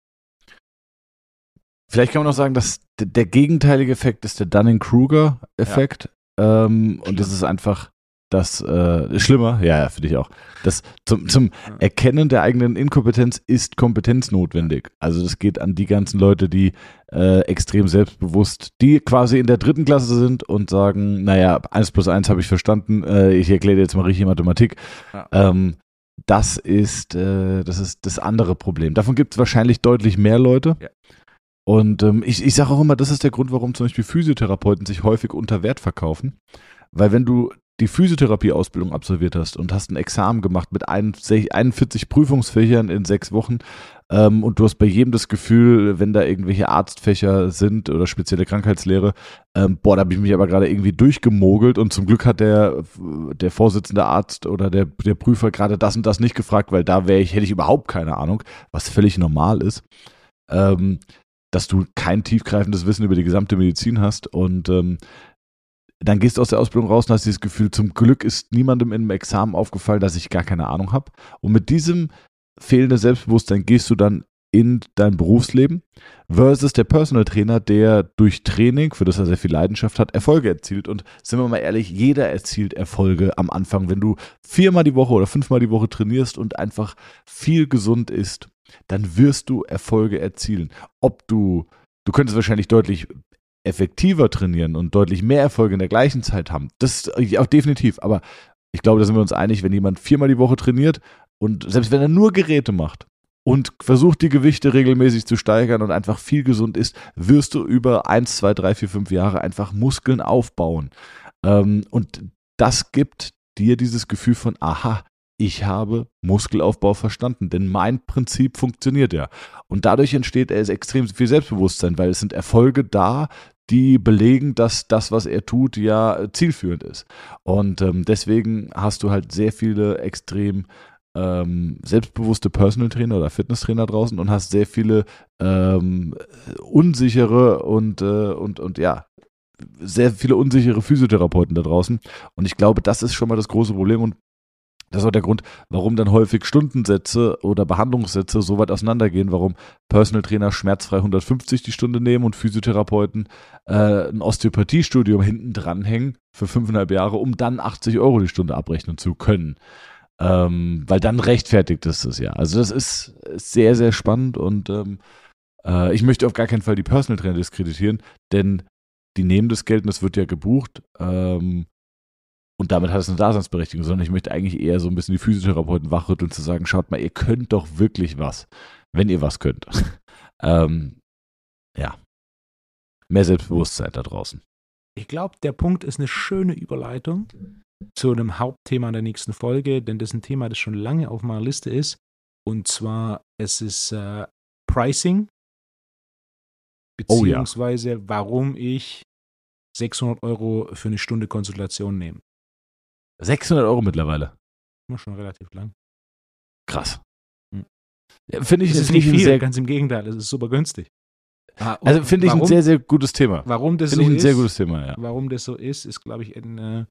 Vielleicht kann man auch sagen, dass der gegenteilige Effekt ist der Dunning-Kruger-Effekt. Ja. Und das ist einfach das schlimmer, ja, finde ich auch. Das zum Erkennen der eigenen Inkompetenz ist Kompetenz notwendig. Also das geht an die ganzen Leute, die extrem selbstbewusst, die quasi in der 3. Klasse sind und sagen, naja, 1 + 1 habe ich verstanden, ich erkläre dir jetzt mal richtig Mathematik. Ja. Das ist das andere Problem. Davon gibt es wahrscheinlich deutlich mehr Leute. Ja. Und ich sage auch immer, das ist der Grund, warum zum Beispiel Physiotherapeuten sich häufig unter Wert verkaufen. Weil wenn du die Physiotherapie-Ausbildung absolviert hast und hast ein Examen gemacht mit 41 Prüfungsfächern in 6 Wochen und du hast bei jedem das Gefühl, wenn da irgendwelche Arztfächer sind oder spezielle Krankheitslehre, da habe ich mich aber gerade irgendwie durchgemogelt und zum Glück hat der Vorsitzende Arzt oder der Prüfer gerade das und das nicht gefragt, weil da hätte ich überhaupt keine Ahnung, was völlig normal ist, dass du kein tiefgreifendes Wissen über die gesamte Medizin hast und dann gehst du aus der Ausbildung raus und hast dieses Gefühl, zum Glück ist niemandem in einem Examen aufgefallen, dass ich gar keine Ahnung habe. Und mit diesem fehlenden Selbstbewusstsein gehst du dann in dein Berufsleben versus der Personal Trainer, der durch Training, für das er sehr viel Leidenschaft hat, Erfolge erzielt. Und sind wir mal ehrlich, jeder erzielt Erfolge am Anfang. Wenn du 4-mal die Woche oder 5-mal die Woche trainierst und einfach viel gesund isst, dann wirst du Erfolge erzielen. Du könntest wahrscheinlich deutlich effektiver trainieren und deutlich mehr Erfolge in der gleichen Zeit haben. Das ist auch definitiv, aber ich glaube, da sind wir uns einig, wenn jemand 4-mal die Woche trainiert und selbst wenn er nur Geräte macht und versucht, die Gewichte regelmäßig zu steigern und einfach viel gesund ist, wirst du über 1, 2, 3, 4, 5 Jahre einfach Muskeln aufbauen. Und das gibt dir dieses Gefühl von, aha, ich habe Muskelaufbau verstanden, denn mein Prinzip funktioniert ja. Und dadurch entsteht extrem viel Selbstbewusstsein, weil es sind Erfolge da, die belegen, dass das, was er tut, ja zielführend ist. Und deswegen hast du halt sehr viele extrem selbstbewusste Personal Trainer oder Fitnesstrainer draußen und hast sehr viele unsichere und ja, sehr viele unsichere Physiotherapeuten da draußen. Und ich glaube, das ist schon mal das große Problem und das ist auch der Grund, warum dann häufig Stundensätze oder Behandlungssätze so weit auseinandergehen, warum Personal Trainer schmerzfrei 150 die Stunde nehmen und Physiotherapeuten ein Osteopathiestudium hinten dranhängen für 5,5 Jahre, um dann 80 € die Stunde abrechnen zu können. Weil dann rechtfertigt ist es ja. Also das ist sehr, sehr spannend und ich möchte auf gar keinen Fall die Personal Trainer diskreditieren, denn die nehmen das Geld und es wird ja gebucht. Und damit hat es eine Daseinsberechtigung, sondern ich möchte eigentlich eher so ein bisschen die Physiotherapeuten wachrütteln, zu sagen, schaut mal, ihr könnt doch wirklich was, wenn ihr was könnt. Ja, mehr Selbstbewusstsein da draußen. Ich glaube, der Punkt ist eine schöne Überleitung zu einem Hauptthema der nächsten Folge, denn das ist ein Thema, das schon lange auf meiner Liste ist. Und zwar, es ist Pricing, beziehungsweise warum ich 600 € für eine Stunde Konsultation nehme. 600 € mittlerweile. Schon relativ lang. Krass. Ja, finde ich, es ist nicht viel, ganz im Gegenteil, es ist super günstig. Also finde ich ein sehr, sehr gutes Thema. Warum das Finde so ich ein ist, sehr gutes Thema, ja. warum das so ist, glaube ich, ein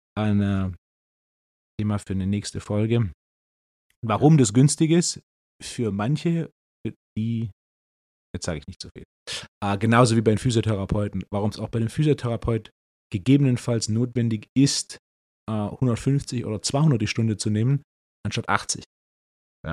Thema für eine nächste Folge. Warum das günstig ist, für manche, für die, jetzt sage ich nicht zu viel. Genauso wie bei den Physiotherapeuten. Warum es auch bei dem Physiotherapeut gegebenenfalls notwendig ist, 150 oder 200 die Stunde zu nehmen, anstatt 80. Ja.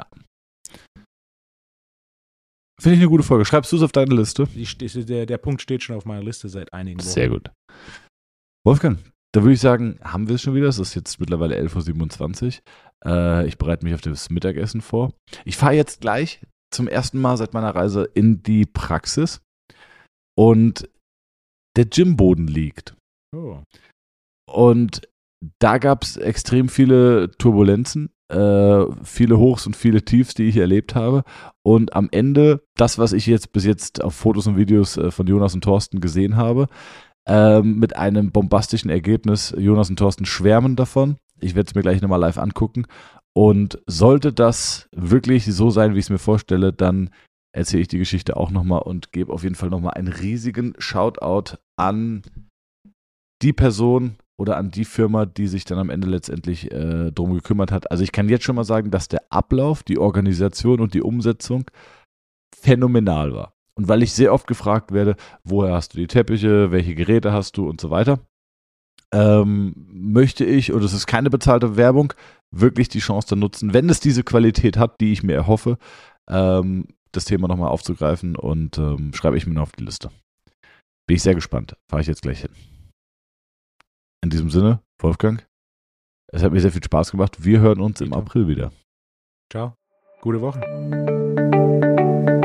Finde ich eine gute Folge. Schreibst du es auf deine Liste? Der Punkt steht schon auf meiner Liste seit einigen Wochen. Sehr gut. Wolfgang, da würde ich sagen, haben wir es schon wieder. Es ist jetzt mittlerweile 11.27 Uhr. Ich bereite mich auf das Mittagessen vor. Ich fahre jetzt gleich zum ersten Mal seit meiner Reise in die Praxis und der Gymboden liegt. Oh. Und da gab es extrem viele Turbulenzen, viele Hochs und viele Tiefs, die ich erlebt habe. Und am Ende, das, was ich jetzt bis jetzt auf Fotos und Videos von Jonas und Thorsten gesehen habe, mit einem bombastischen Ergebnis. Jonas und Thorsten schwärmen davon. Ich werde es mir gleich nochmal live angucken. Und sollte das wirklich so sein, wie ich es mir vorstelle, dann erzähle ich die Geschichte auch nochmal und gebe auf jeden Fall nochmal einen riesigen Shoutout an die Person oder an die Firma, die sich dann am Ende letztendlich drum gekümmert hat. Also ich kann jetzt schon mal sagen, dass der Ablauf, die Organisation und die Umsetzung phänomenal war. Und weil ich sehr oft gefragt werde, woher hast du die Teppiche, welche Geräte hast du und so weiter, möchte ich, und es ist keine bezahlte Werbung, wirklich die Chance dann nutzen, wenn es diese Qualität hat, die ich mir erhoffe, das Thema nochmal aufzugreifen und schreibe ich mir noch auf die Liste. Bin ich sehr gespannt. Fahre ich jetzt gleich hin. In diesem Sinne, Wolfgang, es hat mir sehr viel Spaß gemacht. Wir hören uns im April wieder. Ciao. Gute Woche.